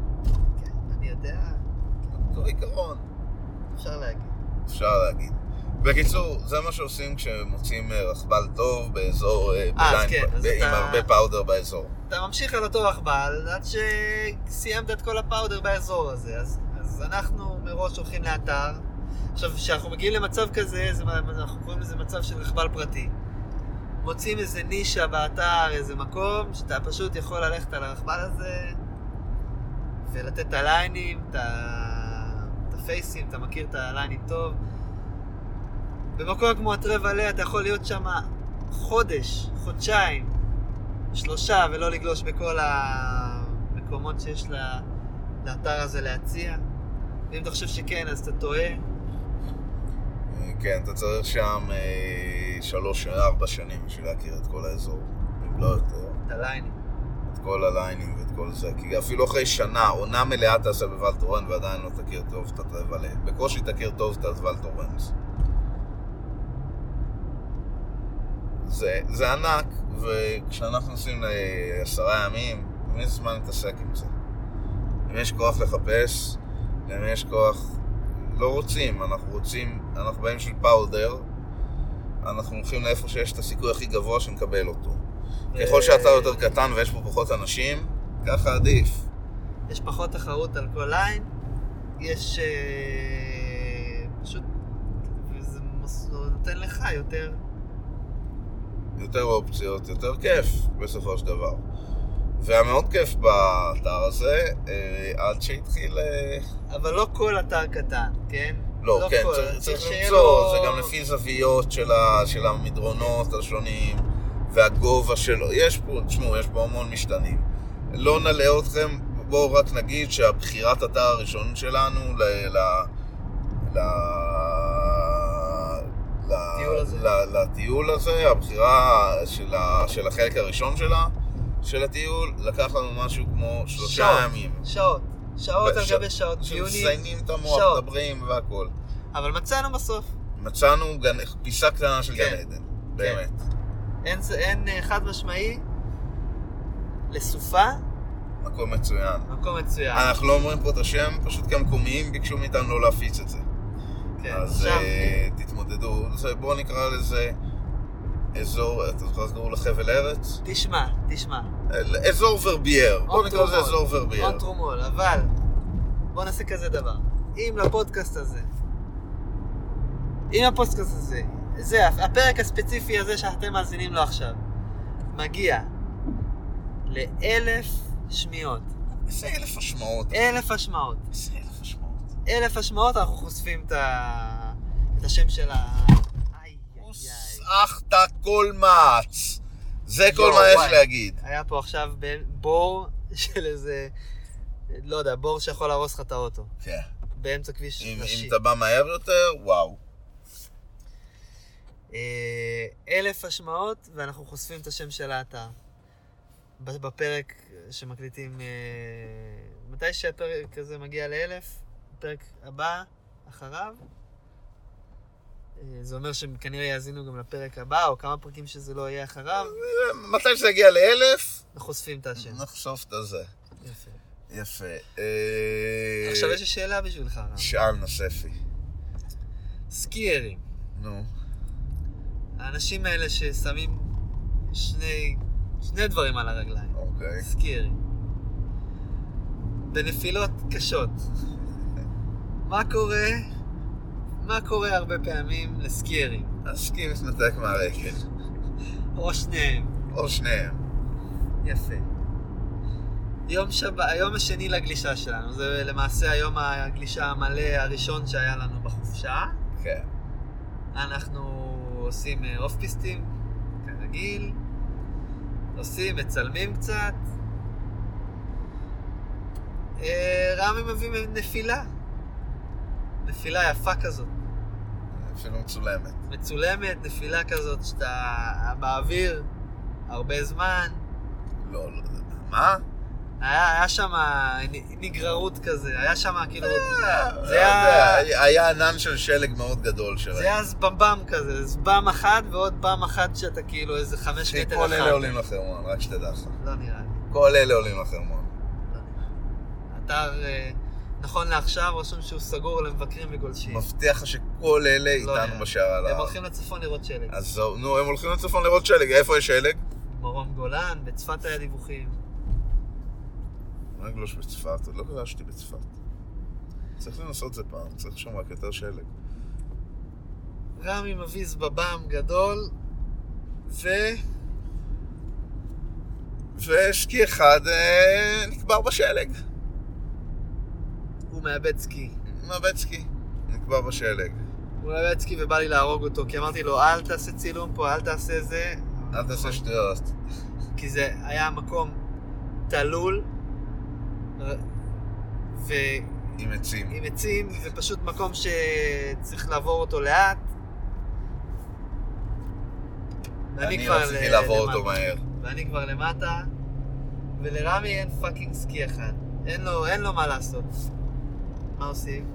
B: כן, אני יודע.
A: אותו עיקרון.
B: אפשר להגיד.
A: אפשר להגיד. בקיצור, זה מה שעושים כשמוצאים רכבל טוב באזור, בליין,
B: כן,
A: ב- עם
B: אתה...
A: הרבה פאודר באזור.
B: אתה ממשיך על אותו רכבל עד שסיימת את כל הפאודר באזור הזה, אז, אז אנחנו מראש הולכים לאתר. עכשיו, כשאנחנו מגיעים למצב כזה, זה, אנחנו קוראים לזה מצב של רכבל פרטי. מוצאים איזה נישה באתר, איזה מקום, שאתה פשוט יכול ללכת על הרכבל הזה ולתת את הליינים, את, ה... את הפייסים, אתה מכיר את הליינים טוב. במקום כמו הטרב עליה אתה יכול להיות שם חודש, חודשיים, שלושה, ולא לגלוש בכל המקומות שיש לה... לאתר הזה להציע. ואם אתה חושב שכן, אז אתה טועה.
A: כן, אתה צריך שם אה, שלוש, ארבע שנים בשביל להכיר את כל האזור, אם לא יותר.
B: את הליינים.
A: את כל הליינים ואת כל זה, כי אפילו אחרי שנה, עונה מלאה תעשה בוולטורן ועדיין לא תכיר טוב את הטרב עליה. בקושי תכיר טוב את הוולטורנס. זה, זה ענק, וכשאנחנו עושים לעשרה ימים, למי יש זמן להתעסק עם זה? למי יש כוח לחפש, למי יש כוח... לא רוצים, אנחנו רוצים, אנחנו באים של פאודר, אנחנו הולכים לאיפה שיש את הסיכוי הכי גבוה שנקבל אותו. ככל שאתה יותר קטן ויש פה פחות אנשים, ככה עדיף.
B: יש פחות תחרות על כל ליין, יש פשוט, וזה נותן לך יותר...
A: יותר אופציות, יותר כיף בסופו של דבר. והיה מאוד כיף באתר הזה, עד שהתחיל...
B: אבל לא כל אתר קטן, כן?
A: לא,
B: לא
A: כן,
B: כל,
A: צריך, צריך למצוא,
B: לו...
A: זה גם לפי זוויות של, ה, של המדרונות השונים, והגובה שלו, יש פה, תשמעו, יש פה המון משתנים. לא נלאה אתכם, בואו רק נגיד שהבחירת אתר הראשון שלנו ל... ל... ל...
B: לטיול הזה.
A: לטיול הזה, הבחירה של, ה, של החלק הראשון שלה, של הטיול, לקח לנו משהו כמו שלושה
B: שעות,
A: ימים.
B: שעות, שעות על
A: ש...
B: גבי שעות,
A: שמסיינים את המוח,
B: שעות.
A: מדברים והכל.
B: אבל מצאנו בסוף.
A: מצאנו גן... פיסה קטנה של
B: כן.
A: גן עדן, באמת.
B: אין, אין חד משמעי לסופה,
A: מקום מצוין.
B: מקום מצוין.
A: אנחנו לא אומרים פה את השם, פשוט כמקומיים ביקשו מאיתנו לא להפיץ את זה.
B: כן,
A: אז
B: עכשיו...
A: uh, תתמודדו, בואו נקרא לזה אזור, אתה זוכר לקראו לחבל ארץ?
B: תשמע, תשמע.
A: אזור ורבייר, בואו נקרא לזה אזור ורבייר.
B: און טרומול, אבל בואו נעשה כזה דבר. אם לפודקאסט הזה, אם הפודקאסט הזה, זה, הפרק הספציפי הזה שאתם מאזינים לו עכשיו, מגיע לאלף שמיעות.
A: איזה אלף השמעות.
B: אלף השמעות.
A: איזה אלף השמעות.
B: אלף השמעות, אנחנו חושפים את, ה... את השם של ה...
A: הוסחת כל מעץ. זה כל מה יש להגיד.
B: היה פה עכשיו בור של איזה, לא יודע, בור שיכול להרוס לך את האוטו.
A: כן.
B: באמצע כביש ראשי.
A: אם אתה בא מהר יותר, וואו.
B: אלף השמעות, ואנחנו חושפים את השם של האתר. בפרק שמקליטים, מתי שהפרק הזה מגיע לאלף, הפרק הבא, אחריו, זה אומר שכנראה יאזינו גם לפרק הבא, או כמה פרקים שזה לא יהיה אחריו.
A: מתי שזה יגיע לאלף,
B: נחושפים את השם.
A: נחשוף את הזה.
B: יפה.
A: יפה.
B: עכשיו יש לי שאלה בשבילך.
A: שאל נוספי.
B: סקיירים.
A: נו.
B: האנשים האלה ששמים שני, שני דברים על הרגליים.
A: אוקיי.
B: סקיירים. בנפילות קשות. מה קורה? מה קורה הרבה פעמים לסקיירים?
A: הסקי מתנתק מהרגל.
B: או שניהם.
A: או שניהם.
B: יפה. יום שבת, היום השני לגלישה שלנו, זה למעשה היום הגלישה המלא הראשון שהיה לנו בחופשה.
A: כן.
B: אנחנו עושים אוף פיסטים, כרגיל. עושים, מצלמים קצת. רמי מביא נפילה. נפילה יפה כזאת.
A: אפילו מצולמת.
B: מצולמת, נפילה כזאת שאתה באוויר הרבה זמן.
A: לא, לא, מה?
B: היה, היה שם נגררות כזה, היה שם כאילו...
A: זה היה... היה ענן של שלג מאוד גדול שראיתי.
B: זה היה זבמבם כזה, זבם אחד ועוד בם אחד שאתה כאילו איזה חמש מטר אחד.
A: כל אלה עולים לחרמון, רק שתדע לך.
B: לא נראה לי.
A: כל אלה עולים לחרמון.
B: לא נראה לי. אתר נכון לעכשיו רשום שהוא סגור למבקרים וגולשים.
A: מבטיח לך שכל אלה איתנו בשער על ההר.
B: הם הולכים לצפון לראות שלג.
A: אז נו, הם הולכים לצפון לראות שלג. איפה יש שלג?
B: מרום גולן, בצפת היה דיווחים.
A: מה גלוש בצפת? עוד לא גלשתי בצפת. צריך לנסות זה פעם, צריך שם רק יותר שלג.
B: רמי מביז בבם גדול, ו...
A: וסקי אחד אה, נקבר בשלג.
B: הוא מאבד סקי.
A: מאבד סקי, נקבר בשלג.
B: הוא מאבד סקי ובא לי להרוג אותו, כי אמרתי לו, אל תעשה צילום פה, אל תעשה זה.
A: אל תעשה שטויות.
B: כי זה היה מקום תלול, ו...
A: עם עצים.
B: עם עצים, זה פשוט מקום שצריך לעבור אותו לאט.
A: אני רציתי לעבור אותו מהר.
B: ואני כבר למטה, ולרמי אין פאקינג סקי אחד. אין לו, אין לו מה לעשות. מה עושים?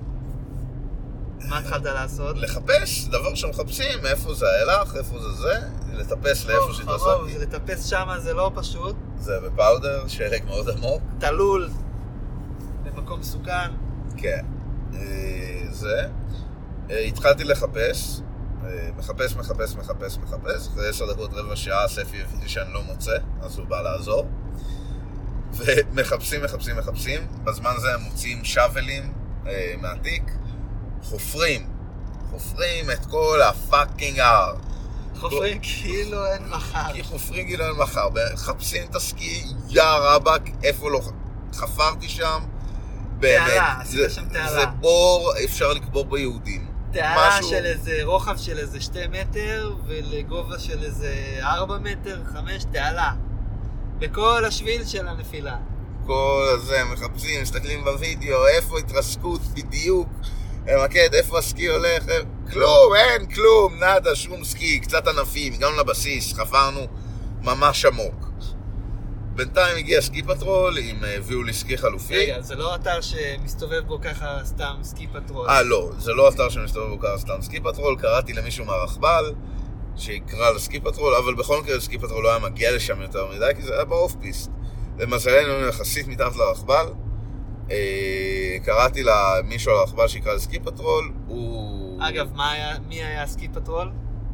B: מה התחלת לעשות?
A: לחפש, דבר שמחפשים, איפה זה הלך, איפה זה זה, לטפס לאיפה שתעשתי.
B: לטפס שם זה לא פשוט.
A: זה בפאודר, שלג מאוד עמוק.
B: תלול, במקום מסוכן.
A: כן. זה. התחלתי לחפש, מחפש, מחפש, מחפש, מחפש. אחרי עשר דקות רבע שעה, ספי הביני שאני לא מוצא, אז הוא בא לעזור. ומחפשים, מחפשים, מחפשים. בזמן הזה הם מוצאים שבלים אה, מהתיק. חופרים. חופרים את כל הפאקינג הר.
B: חופרים כאילו אין מחר.
A: כי חופרים כאילו אין מחר. מחפשים את הסקי, יא רבק, איפה לא חפרתי שם.
B: תעלה, עשית שם תעלה.
A: זה בור, אפשר לקבור ביהודים.
B: תעלה משהו... של איזה רוחב של איזה שתי מטר, ולגובה של איזה ארבע מטר, חמש, תעלה. בכל השביל של הנפילה.
A: כל הזה, מחפשים, מסתכלים בווידאו, איפה התרסקות בדיוק, ממקד, איפה הסקי הולך, כלום, אין כלום, נדה, שום סקי, קצת ענפים, גם לבסיס, חפרנו ממש עמוק. בינתיים הגיע סקי פטרול, אם הביאו לי סקי חלופי.
B: רגע, זה לא אתר שמסתובב בו ככה סתם סקי פטרול.
A: אה, לא, זה לא אתר שמסתובב בו ככה סתם סקי פטרול, קראתי למישהו מהרכבל, שיקרא לסקי פטרול, אבל בכל מקרה סקי פטרול לא היה מגיע לשם יותר מדי, כי זה היה באוף פיסט. למזלנו, יחסית מתחת לרכבל, אה, קראתי למישהו על הרכבל שיקרא לסקי פטרול, הוא...
B: אגב, מה היה, מי היה סקי פטרול?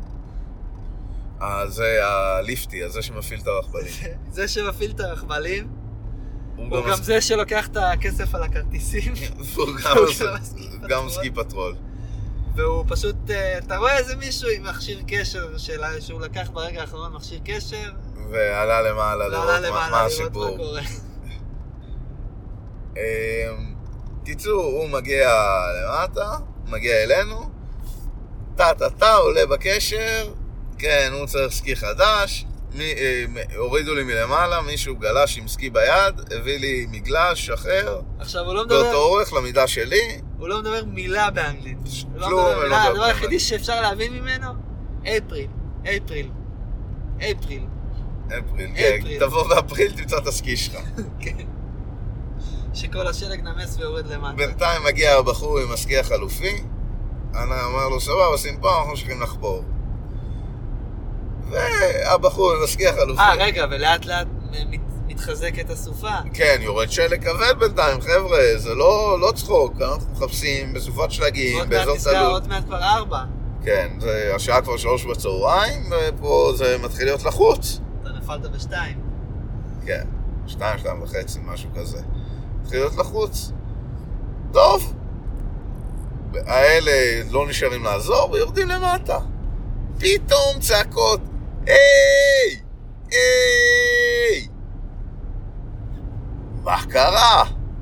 A: אה, זה הליפטי, זה שמפעיל את הרכבלים.
B: זה שמפעיל את הרכבלים,
A: הוא
B: הוא
A: גם,
B: גם זה שלוקח את הכסף על הכרטיסים.
A: הוא גם סקי פטרול.
B: והוא פשוט, אתה רואה איזה מישהו עם מכשיר קשר שלה, שהוא לקח ברגע האחרון מכשיר קשר
A: ועלה למעלה לראות מה הסיפור. תיצור, הוא מגיע למטה, מגיע אלינו, טה-טה-טה, עולה בקשר, כן, הוא צריך סקי חדש, הורידו לי מלמעלה, מישהו גלש עם סקי ביד, הביא לי מגלש אחר,
B: עכשיו הוא לא מדבר...
A: באותו אורך למידה שלי.
B: הוא לא מדבר מילה באנגלית.
A: כלום, הוא לא מדבר.
B: הדבר היחידי שאפשר להבין ממנו, אפריל, אפריל, אפריל.
A: אפריל, כן, תבוא באפריל תמצא את הסקי שלך.
B: כן. שכל השלג נמס ויורד למטה.
A: בינתיים מגיע הבחור עם הסקי החלופי, אני אומר לו, סבבה, עושים פה, אנחנו שכים לחפור. והבחור עם הסקי החלופי...
B: אה, רגע, ולאט לאט מתחזק את הסופה.
A: כן, יורד שלג כבד בינתיים, חבר'ה, זה לא, לא צחוק, אנחנו מחפשים בסופת שלגים, באזור תלול.
B: עוד מעט כבר ארבע.
A: כן, זה, השעה כבר שלוש בצהריים, ופה זה מתחיל להיות לחוץ.
B: אתה נפלת בשתיים.
A: כן, שתיים, שתיים וחצי, משהו כזה. מתחיל להיות לחוץ. טוב. האלה לא נשארים לעזור ויורדים למטה. פתאום צעקות, היי! היי! מה קרה?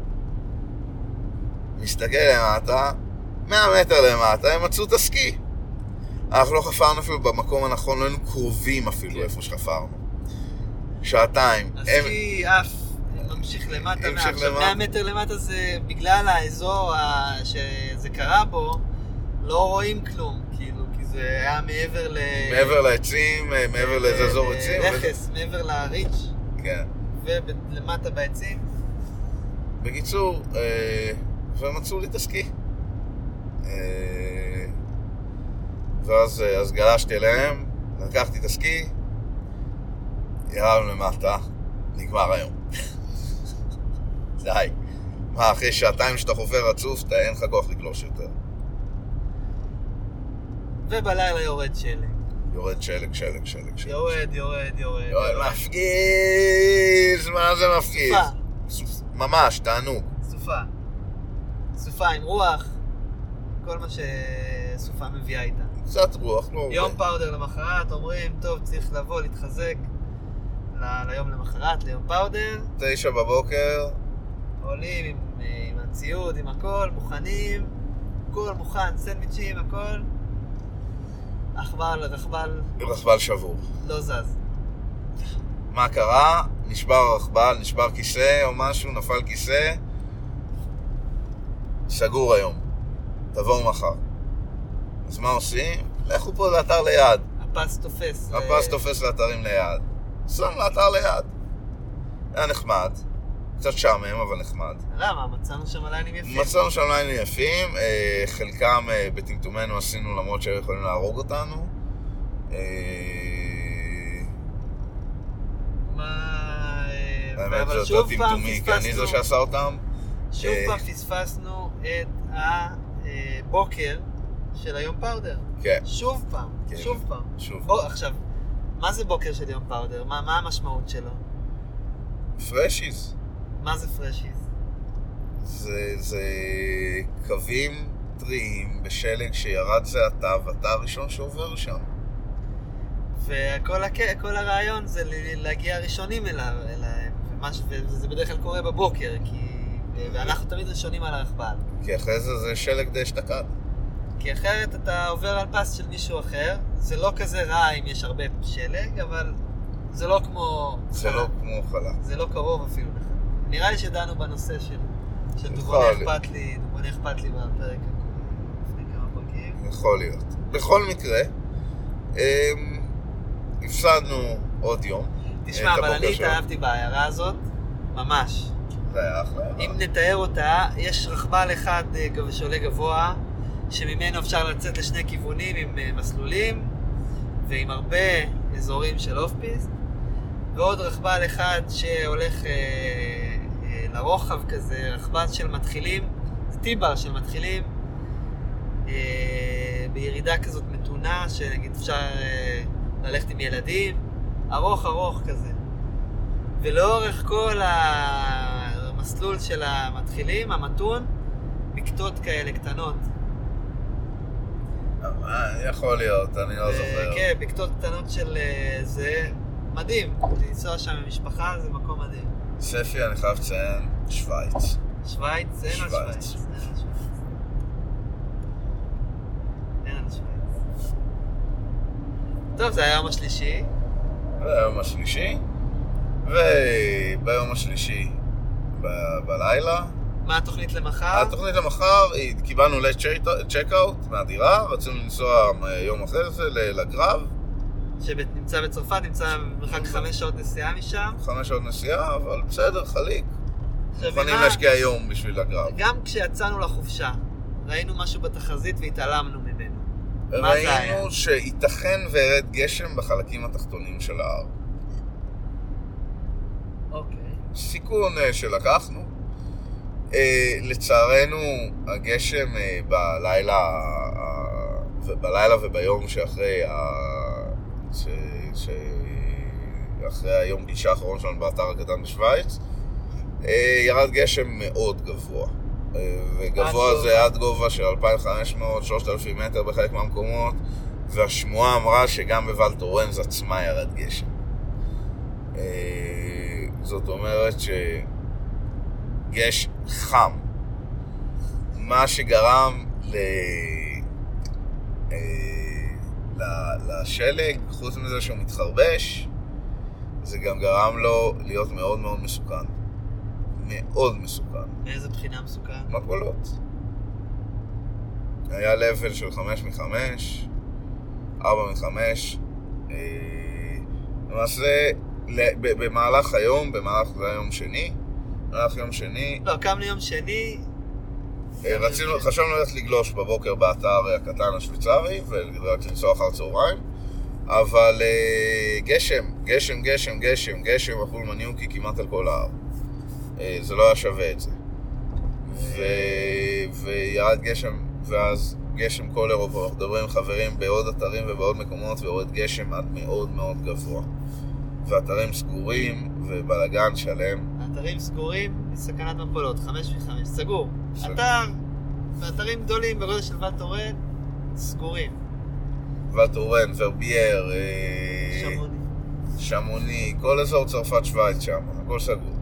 A: מסתכל למטה, מאה מטר למטה, הם מצאו את הסקי. אנחנו לא חפרנו אפילו במקום הנכון, לא היינו קרובים אפילו איפה שחפרנו. שעתיים.
B: הסקי אף ממשיך למטה, מאה מטר למטה זה בגלל האזור שזה קרה בו, לא רואים כלום, כאילו, כי זה היה מעבר ל...
A: מעבר לעצים, מעבר לאיזה אזור עצים.
B: רכס, מעבר להריץ'.
A: כן.
B: ולמטה בעצים.
A: בקיצור, ומצאו לי את הסקי. ואז אז גלשתי אליהם, לקחתי את הסקי, ירדנו למטה, נגמר היום. די. מה, אחרי שעתיים שאתה חופר רצוף, אתה אין לך כוח לגלוש יותר.
B: ובלילה יורד שלג.
A: יורד שלג, שלג, שלג, שלג.
B: יורד, יורד, יורד.
A: יורד, מפגיז, מה זה מפגיז?
B: סופה.
A: ממש, תענוג.
B: סופה. סופה עם רוח. כל מה שסופה מביאה איתה.
A: קצת רוח, לא...
B: יום פאודר למחרת, אומרים, טוב, צריך לבוא, להתחזק ל- ליום למחרת, ליום פאודר.
A: תשע בבוקר.
B: עולים עם, עם הציוד, עם הכל, מוכנים, הכל מוכן, סנדוויצ'ים, הכל. רכבל, רכבל,
A: רכבל שבור.
B: לא זז.
A: מה קרה? נשבר הרכבל, נשבר כיסא או משהו, נפל כיסא. סגור היום. תבואו מחר. אז מה עושים? לכו פה לאתר ליד.
B: הפס תופס.
A: הפס תופס לאתרים ליד. שם לאתר ליד. היה נחמד. קצת שעמם, אבל נחמד.
B: למה? מצאנו שם ליינים יפים.
A: מצאנו שם ליינים יפים. חלקם בטמטומנו עשינו למרות שהיו יכולים להרוג אותנו.
B: מה...
A: האמת זה אותו טמטומי, כי אני זה שעשה אותם.
B: שוב פעם פספסנו את הבוקר של היום פאודר.
A: כן.
B: שוב פעם,
A: כן.
B: שוב פעם.
A: שוב.
B: או, עכשיו, מה זה בוקר של יום פאודר? מה, מה המשמעות שלו?
A: פרשיז.
B: מה זה פרשיז? זה,
A: זה קווים טריים בשלג שירד זה עתה, ואתה הראשון שעובר שם.
B: וכל הק... כל הרעיון זה להגיע ראשונים אליו, אליהם, ומש... וזה בדרך כלל קורה בבוקר, כי... ואנחנו תמיד ראשונים על הרכבל.
A: כי אחרי זה זה שלג די אשתקד.
B: כי אחרת אתה עובר על פס של מישהו אחר, זה לא כזה רע אם יש הרבה שלג, אבל זה לא כמו...
A: זה חלה. לא כמו חלה.
B: זה לא קרוב אפילו לך. נראה לי שדנו בנושא של, של דובוני אכפת לי, דובוני אכפת לי בפרק לפני כמה פרקים.
A: יכול להיות. בכל מקרה, הפסדנו עוד יום.
B: תשמע, אבל אני התאהבתי בהערה הזאת, ממש.
A: זה היה אחלה.
B: אם נתאר אותה, יש רכבל אחד שעולה גבוה, שממנו אפשר לצאת לשני כיוונים עם מסלולים, ועם הרבה אזורים של אוף-פיסט, ועוד רכבל אחד שהולך אה, אה, לרוחב כזה, רכבל של מתחילים, זה טיבר של מתחילים, אה, בירידה כזאת מתונה, שנגיד אפשר אה, ללכת עם ילדים, ארוך ארוך כזה. ולאורך כל המסלול של המתחילים, המתון, בקתות כאלה קטנות.
A: יכול להיות, אני לא זוכר.
B: כן, בקתות קטנות של זה מדהים. לנסוע שם עם משפחה זה מקום מדהים.
A: ספי, אני חייב לציין, שוויץ.
B: שוויץ? אין על שוויץ. אין על שוויץ. טוב, זה היום השלישי.
A: זה היום השלישי. וביום השלישי ב- בלילה.
B: מה התוכנית למחר?
A: התוכנית למחר, קיבלנו לצ'ק-אוט מהדירה, רצינו לנסוע יום אחרי זה לגרב.
B: שנמצא בצרפת, נמצא במרחק חמש שעות נסיעה משם.
A: חמש שעות נסיעה, אבל בסדר, חליק. מוכנים להשקיע יום בשביל הגרב.
B: גם כשיצאנו לחופשה, ראינו משהו בתחזית והתעלמנו ממנו. מה זה היה?
A: ראינו שייתכן וירד גשם בחלקים התחתונים של ההר.
B: אוקיי.
A: סיכון שלקחנו. לצערנו, הגשם בלילה, בלילה וביום שאחרי אחרי היום גישה האחרון שלנו באתר הקטן בשוויץ, ירד גשם מאוד גבוה. וגבוה זה עד גובה של אלפיים וחמש מאות שלושת אלפים מטר בחלק מהמקומות, והשמועה אמרה שגם בוואל טורנז עצמה ירד גשם. זאת אומרת שיש חם, מה שגרם ל... לשלג, חוץ מזה שהוא מתחרבש, זה גם גרם לו להיות מאוד מאוד מסוכן. מאוד מסוכן.
B: מאיזה בחינה מסוכן?
A: מפולות. היה לבל של חמש מחמש, ארבע מחמש. למעשה, במהלך היום, במהלך זה היום שני, במהלך יום שני...
B: לא, קמנו יום שני...
A: רצינו, חשבנו ללכת לגלוש בבוקר באתר הקטן השוויצרי, ורק לנסוע אחר צהריים, אבל גשם, גשם, גשם, גשם, גשם, וחול מניוקי כמעט על כל ההר. זה לא היה שווה את זה. ו... וירד גשם, ואז גשם כל אירופה. אנחנו מדברים עם חברים בעוד אתרים ובעוד מקומות, ויורד גשם עד מאוד מאוד גבוה. ואתרים סגורים ובלגן שלם.
B: האתרים סגורים, סכנת מפולות, חמש וחמש, סגור. אתר, ואתרים גדולים בגודל של ואטורן, סגורים.
A: ואטורן, ורבייר,
B: שמוני.
A: שמוני, כל אזור צרפת שוויץ שם, הכל סגור.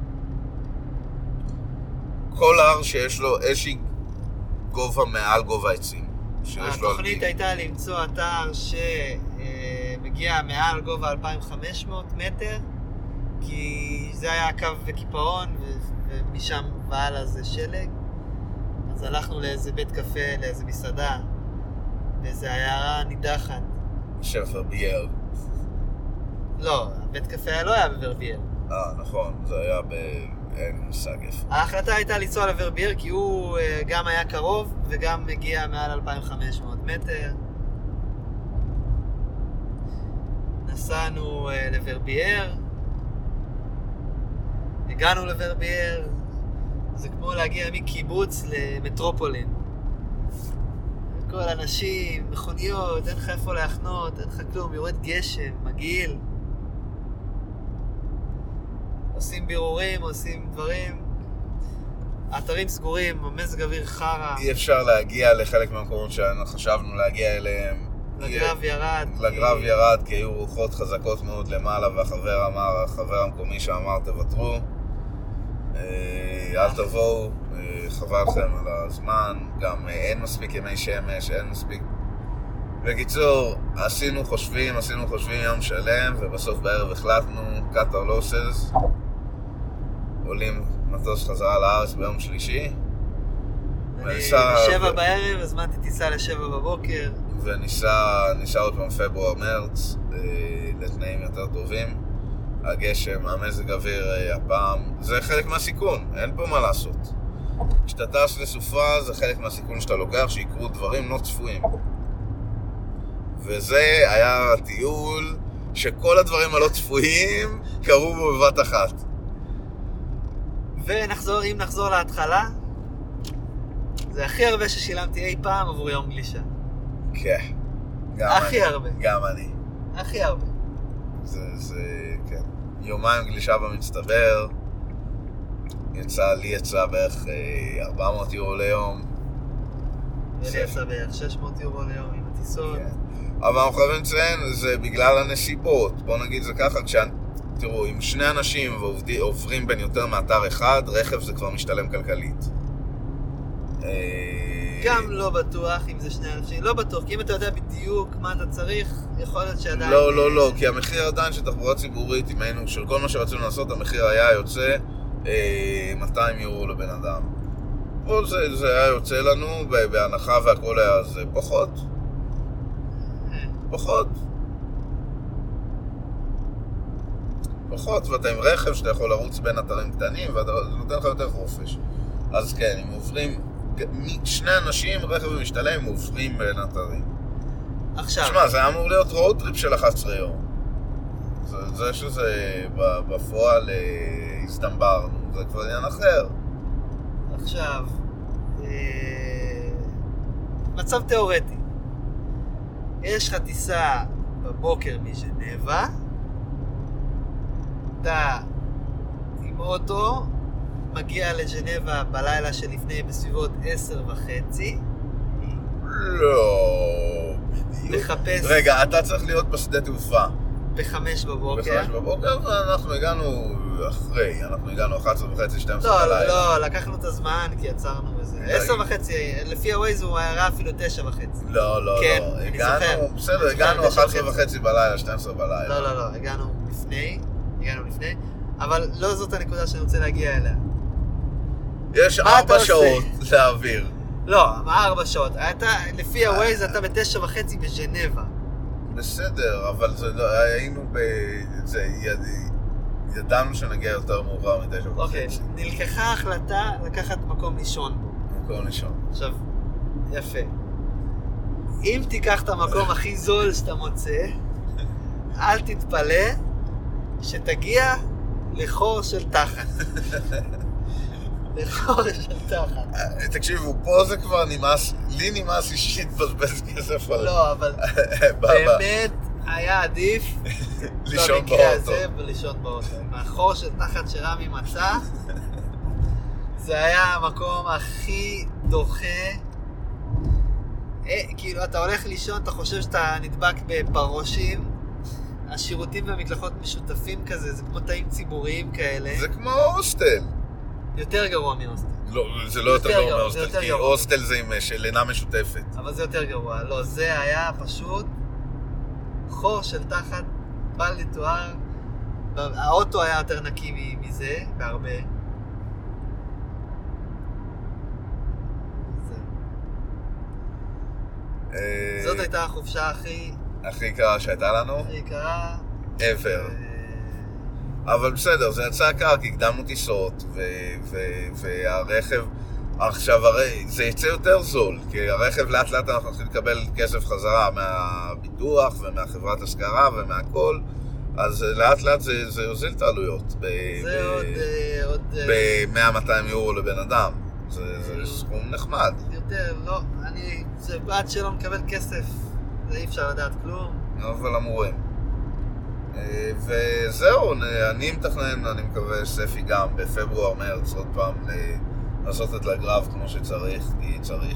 A: כל הר שיש לו איזושהי גובה מעל גובה עצים.
B: התוכנית הייתה למצוא אתר שמגיע מעל גובה אלפיים וחמש מאות מטר, כי זה היה הקו וקיפאון, ומשם והלאה זה שלג. אז הלכנו לאיזה בית קפה, לאיזה מסעדה, באיזה עיירה נידחת.
A: של ורבייר.
B: לא, הבית קפה לא היה בוורבייר.
A: אה, נכון, זה היה ב... אין מושג איפה.
B: ההחלטה הייתה לנסוע לוורבייר, כי הוא גם היה קרוב, וגם מגיע מעל אלפיים וחמש מאות מטר. נסענו לוורבייר. הגענו לוורבייר. זה כמו להגיע מקיבוץ למטרופולין. כל אנשים, מכוניות, אין לך איפה להחנות, אין לך כלום, יורד גשם, מגעיל. עושים בירורים, עושים דברים. האתרים סגורים, המזג אוויר חרה.
A: אי אפשר להגיע לחלק מהמקומות שחשבנו להגיע אליהם.
B: לגרב ירד.
A: לגרב כי... ירד, כי היו רוחות חזקות מאוד למעלה, והחבר אמר, החבר המקומי שאמר, תוותרו. אל תבואו, חבל לכם על הזמן, גם אין מספיק ימי שמש, אין מספיק... בקיצור, עשינו חושבים, עשינו חושבים יום שלם, ובסוף בערב החלטנו, cut our losses, עולים מטוס חזרה לארץ ביום שלישי.
B: אני בשבע ו... בערב, הזמנתי טיסה לשבע בבוקר.
A: וניסה עוד פעם פברואר מרץ, לתנאים יותר טובים. הגשם, המזג אוויר הפעם, זה חלק מהסיכון, אין פה מה לעשות. כשאתה טס לסופה, זה חלק מהסיכון שאתה לוקח, שיקרו דברים לא צפויים. וזה היה טיול שכל הדברים הלא צפויים קרו בו בבת אחת.
B: ונחזור, אם נחזור להתחלה, זה הכי הרבה ששילמתי אי פעם עבור יום גלישה.
A: כן.
B: הכי
A: אני,
B: הרבה.
A: גם אני.
B: הכי הרבה.
A: זה, זה, כן. יומיים גלישה במצטבר, יצא, לי יצא בערך אה, ארבע מאות יורו ליום.
B: ולי יצא בערך שש מאות יורו ליום עם הטיסות. כן.
A: אבל אנחנו חייבים לציין, זה בגלל הנסיבות. בוא נגיד זה ככה, כשה... תראו, אם שני אנשים ועובדים, עוברים בין יותר מאתר אחד, רכב זה כבר משתלם כלכלית.
B: גם לא בטוח אם זה שני אנשים, לא בטוח, כי אם אתה יודע בדיוק מה אתה צריך, יכול להיות שעדיין...
A: לא, לא, לא, כי המחיר עדיין של תחבורה ציבורית, אם היינו, של כל מה שרצינו לעשות, המחיר היה יוצא אה, מאתיים יורו לבן אדם. פה זה, זה היה יוצא לנו, בהנחה והכל היה זה פחות. פחות. פחות, ואתה עם רכב שאתה יכול לרוץ בין אתרים קטנים, ואתה נותן לך יותר חופש. אז כן, אם עוברים... שני אנשים, רכב ומשתלם, עוברים בין אתרים.
B: עכשיו...
A: תשמע, זה אמור להיות רוד טריפ של אחת עשרה יום. זה, זה שזה בפועל הסתמברנו, זה כבר עניין אחר.
B: עכשיו, מצב תיאורטי. יש לך טיסה בבוקר מז'נבה, אתה עם אוטו, מגיע לג'נבה בלילה שלפני בסביבות עשר וחצי.
A: לא, בדיוק.
B: לחפש...
A: רגע, אתה צריך להיות בשדה תעופה.
B: בחמש בבוקר.
A: בחמש בבוקר, ואנחנו הגענו אחרי, אנחנו הגענו אחת עשרה וחצי, שתים עשרה
B: בלילה.
A: לא,
B: לא, לקחנו את הזמן כי עצרנו בזה. עשר וחצי, לפי הווייז הוא היה אפילו תשע וחצי.
A: לא, לא,
B: כן,
A: לא.
B: אני
A: הגענו,
B: זוכר.
A: בסדר, הגענו אחת עשרה וחצי בלילה, שתים עשרה בלילה.
B: לא, לא, לא, הגענו לפני, הגענו לפני, אבל לא זאת הנקודה שאני רוצה להגיע אליה.
A: יש ארבע שעות להעביר.
B: לא, מה ארבע שעות? אתה, לפי הווייז אתה בתשע וחצי בז'נבה.
A: בסדר, אבל זה לא, היינו ב... זה, יד... ידענו שנגיע יותר מאוחר מתשע וחצי.
B: אוקיי, נלקחה החלטה לקחת מקום לישון בו.
A: מקום לישון.
B: עכשיו, יפה. אם תיקח את המקום הכי זול שאתה מוצא, אל תתפלא שתגיע לחור של תחת. לחור של תחת.
A: תקשיבו, פה זה כבר נמאס, לי נמאס אישית בזבז כסף על...
B: לא, אבל באמת היה עדיף
A: לישון
B: במקרה הזה
A: באוטו.
B: ולישון באוטו. מהחור של תחת שרמי מצא, זה היה המקום הכי דוחה. אה, כאילו, אתה הולך לישון, אתה חושב שאתה נדבק בפרושים, השירותים והמקלחות משותפים כזה, זה כמו תאים ציבוריים כאלה.
A: זה כמו הוסטל.
B: יותר גרוע מהוסטל.
A: לא, זה לא יותר
B: יותר
A: גרוע
B: גרוע, זה
A: מהוסטל,
B: יותר
A: כי
B: גרוע.
A: הוסטל זה עם של לינה משותפת.
B: אבל זה יותר גרוע. לא, זה היה פשוט חור של תחת, בל לתואר. האוטו היה יותר נקי מזה, בהרבה. זה.
A: אה,
B: זאת הייתה החופשה הכי...
A: הכי יקרה שהייתה לנו,
B: הכי יקרה.
A: ever.
B: אה,
A: אבל בסדר, זה יצא יקר, כי הקדמנו טיסות, ו- ו- והרכב, עכשיו הרי זה יצא יותר זול, כי הרכב לאט לאט אנחנו צריכים לקבל כסף חזרה מהביטוח ומהחברת השכרה ומהכל, אז לאט לאט זה, זה יוזיל את העלויות. ב-
B: זה
A: ב-
B: עוד... אה, עוד... אה,
A: ב-מאה מאתיים יורו לבן אדם. זה, זה סכום נחמד.
B: יותר, לא. אני... זה עד שלא מקבל כסף, זה אי אפשר לדעת כלום.
A: אבל אמורים. וזהו, אני מתכנן, אני מקווה ספי גם בפברואר, מרץ, עוד פעם לעשות את לגרב כמו שצריך, כי צריך.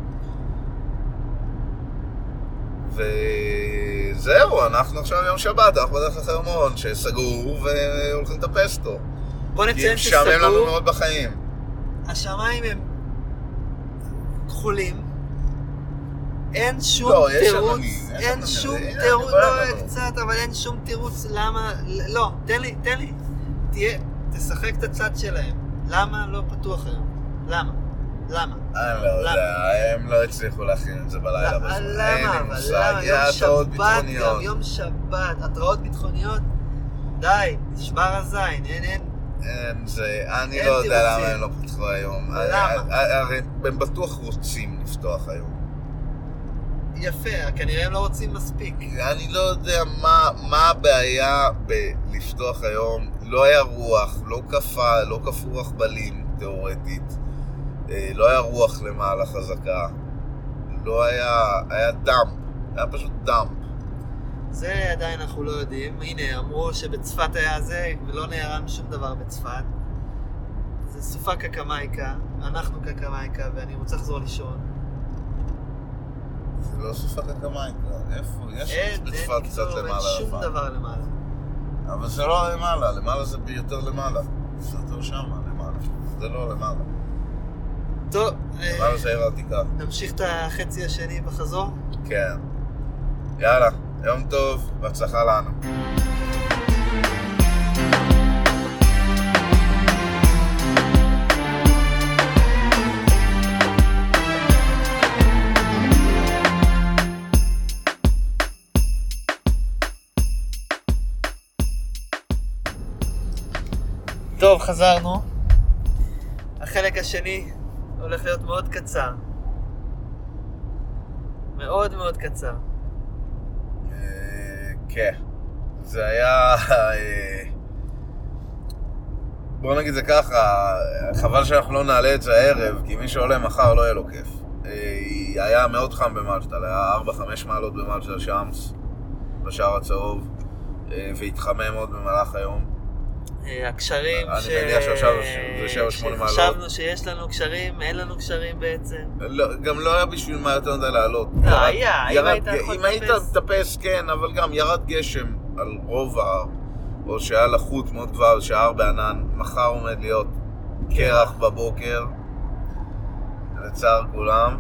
A: וזהו, אנחנו עכשיו יום שבת, אנחנו בדרך לחרמון שסגור והולכים לטפס אותו.
B: בוא
A: כי
B: נציין
A: משעמם לנו
B: שסגור,
A: מאוד בחיים.
B: השמיים הם כחולים, אין שום
A: לא, יש
B: תירוץ,
A: עננים, יש
B: אין
A: עננים,
B: שום
A: הנה,
B: תירוץ,
A: אני רואה
B: לא
A: לנו.
B: קצת, אבל אין שום תירוץ למה, לא, תן לי, תן לי, תהיה, תשחק את הצד שלהם, למה לא פתוח היום? למה? למה?
A: אני לא יודע, הם לא הצליחו להכין את זה בלילה בזמן. אין לי
B: למה? אבל
A: מושג,
B: למה?
A: יהיה
B: יום
A: התראות
B: שבת
A: ביטחוניות.
B: גם, יום שבת, התראות ביטחוניות? די, נשבר הזין, אין, אין.
A: אין, זה, אני
B: אין
A: לא יודע
B: תירוצים.
A: למה הם לא פתחו היום.
B: למה?
A: הרי הם בטוח רוצים לפתוח היום.
B: יפה, כנראה הם לא רוצים מספיק.
A: אני לא יודע מה, מה הבעיה בלפתוח היום. לא היה רוח, לא קפה, לא קפו רכבלים תיאורטית. אה, לא היה רוח למעלה חזקה. לא היה, היה דאמפ. היה פשוט דאמפ.
B: זה עדיין אנחנו לא יודעים. הנה, אמרו שבצפת היה זה, ולא נערם שום דבר בצפת. זה סופה קקמייקה, אנחנו קקמייקה, ואני רוצה לחזור לישון.
A: זה לא סופת הקמיים, איפה? יש
B: אין,
A: בצפת
B: אין
A: קצת
B: כלום, אין
A: למעלה.
B: שום
A: אבל.
B: דבר למעלה.
A: אבל זה לא למעלה, למעלה זה יותר למעלה. זה יותר שמה, למעלה. זה לא למעלה.
B: טוב,
A: למעלה זה עיר העתיקה.
B: נמשיך את החצי השני בחזור.
A: כן. יאללה, יום טוב, בהצלחה לנו.
B: טוב, חזרנו. החלק השני הולך להיות מאוד קצר. מאוד מאוד קצר.
A: אה, כן. זה היה... אה, בוא נגיד זה ככה, חבל שאנחנו לא נעלה את זה הערב, כי מי שעולה מחר לא יהיה לו כיף. אה, היה מאוד חם במג'דל, היה ארבע חמש מעלות במג'דל שמס, בשער הצהוב, אה, והתחמם עוד במהלך היום.
B: הקשרים
A: אני
B: ש...
A: מניח שעכשיו זה שבע שמונה מעלות.
B: שחשבנו שיש לנו קשרים, אין לנו קשרים בעצם.
A: לא, גם לא היה בשביל מה יותר מדי לעלות.
B: לא,
A: ירד-
B: היה, אם
A: ירד-
B: היית יכול
A: אם היית
B: לטפס.
A: מטפס, כן, אבל גם ירד גשם על רוב ההר, או שהיה לחות מאוד גבוהה, שההר בענן, מחר עומד להיות קרח בבוקר, לצער כולם.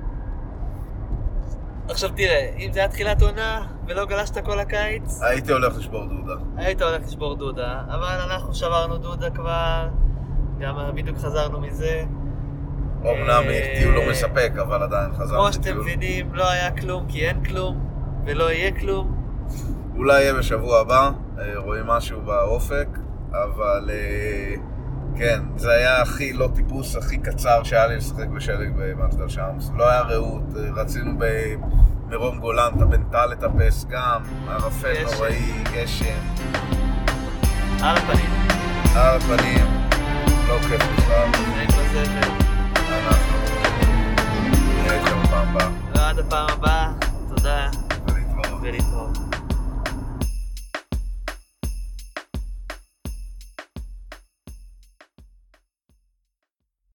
B: עכשיו תראה, אם זה היה תחילת עונה ולא גלשת כל הקיץ,
A: הייתי הולך לשבור דודה.
B: היית הולך לשבור דודה, אבל אנחנו שברנו דודה כבר, גם בדיוק חזרנו מזה.
A: אומנם
B: אה,
A: טיול לא מספק, אבל עדיין חזרנו
B: כמו שאתם
A: לטיול.
B: מבינים, לא היה כלום כי אין כלום, ולא יהיה כלום.
A: אולי יהיה בשבוע הבא, אה, רואים משהו באופק, אבל אה, כן, זה היה הכי לא טיפוס, הכי קצר שהיה לי לשחק בשלג במג'דל שמס. לא היה רעות, אה, רצינו במרום גולן, את הבנטל לטפס גם, ערפל
B: גשם.
A: נוראי, גשם,
B: על הפנים.
A: על הפנים. לא כיף בכלל.
B: אין בזבל.
A: אנחנו נהיה איתכם בפעם הבאה.
B: עד הפעם הבאה, תודה
A: ולהתראות.
B: ולהתראות.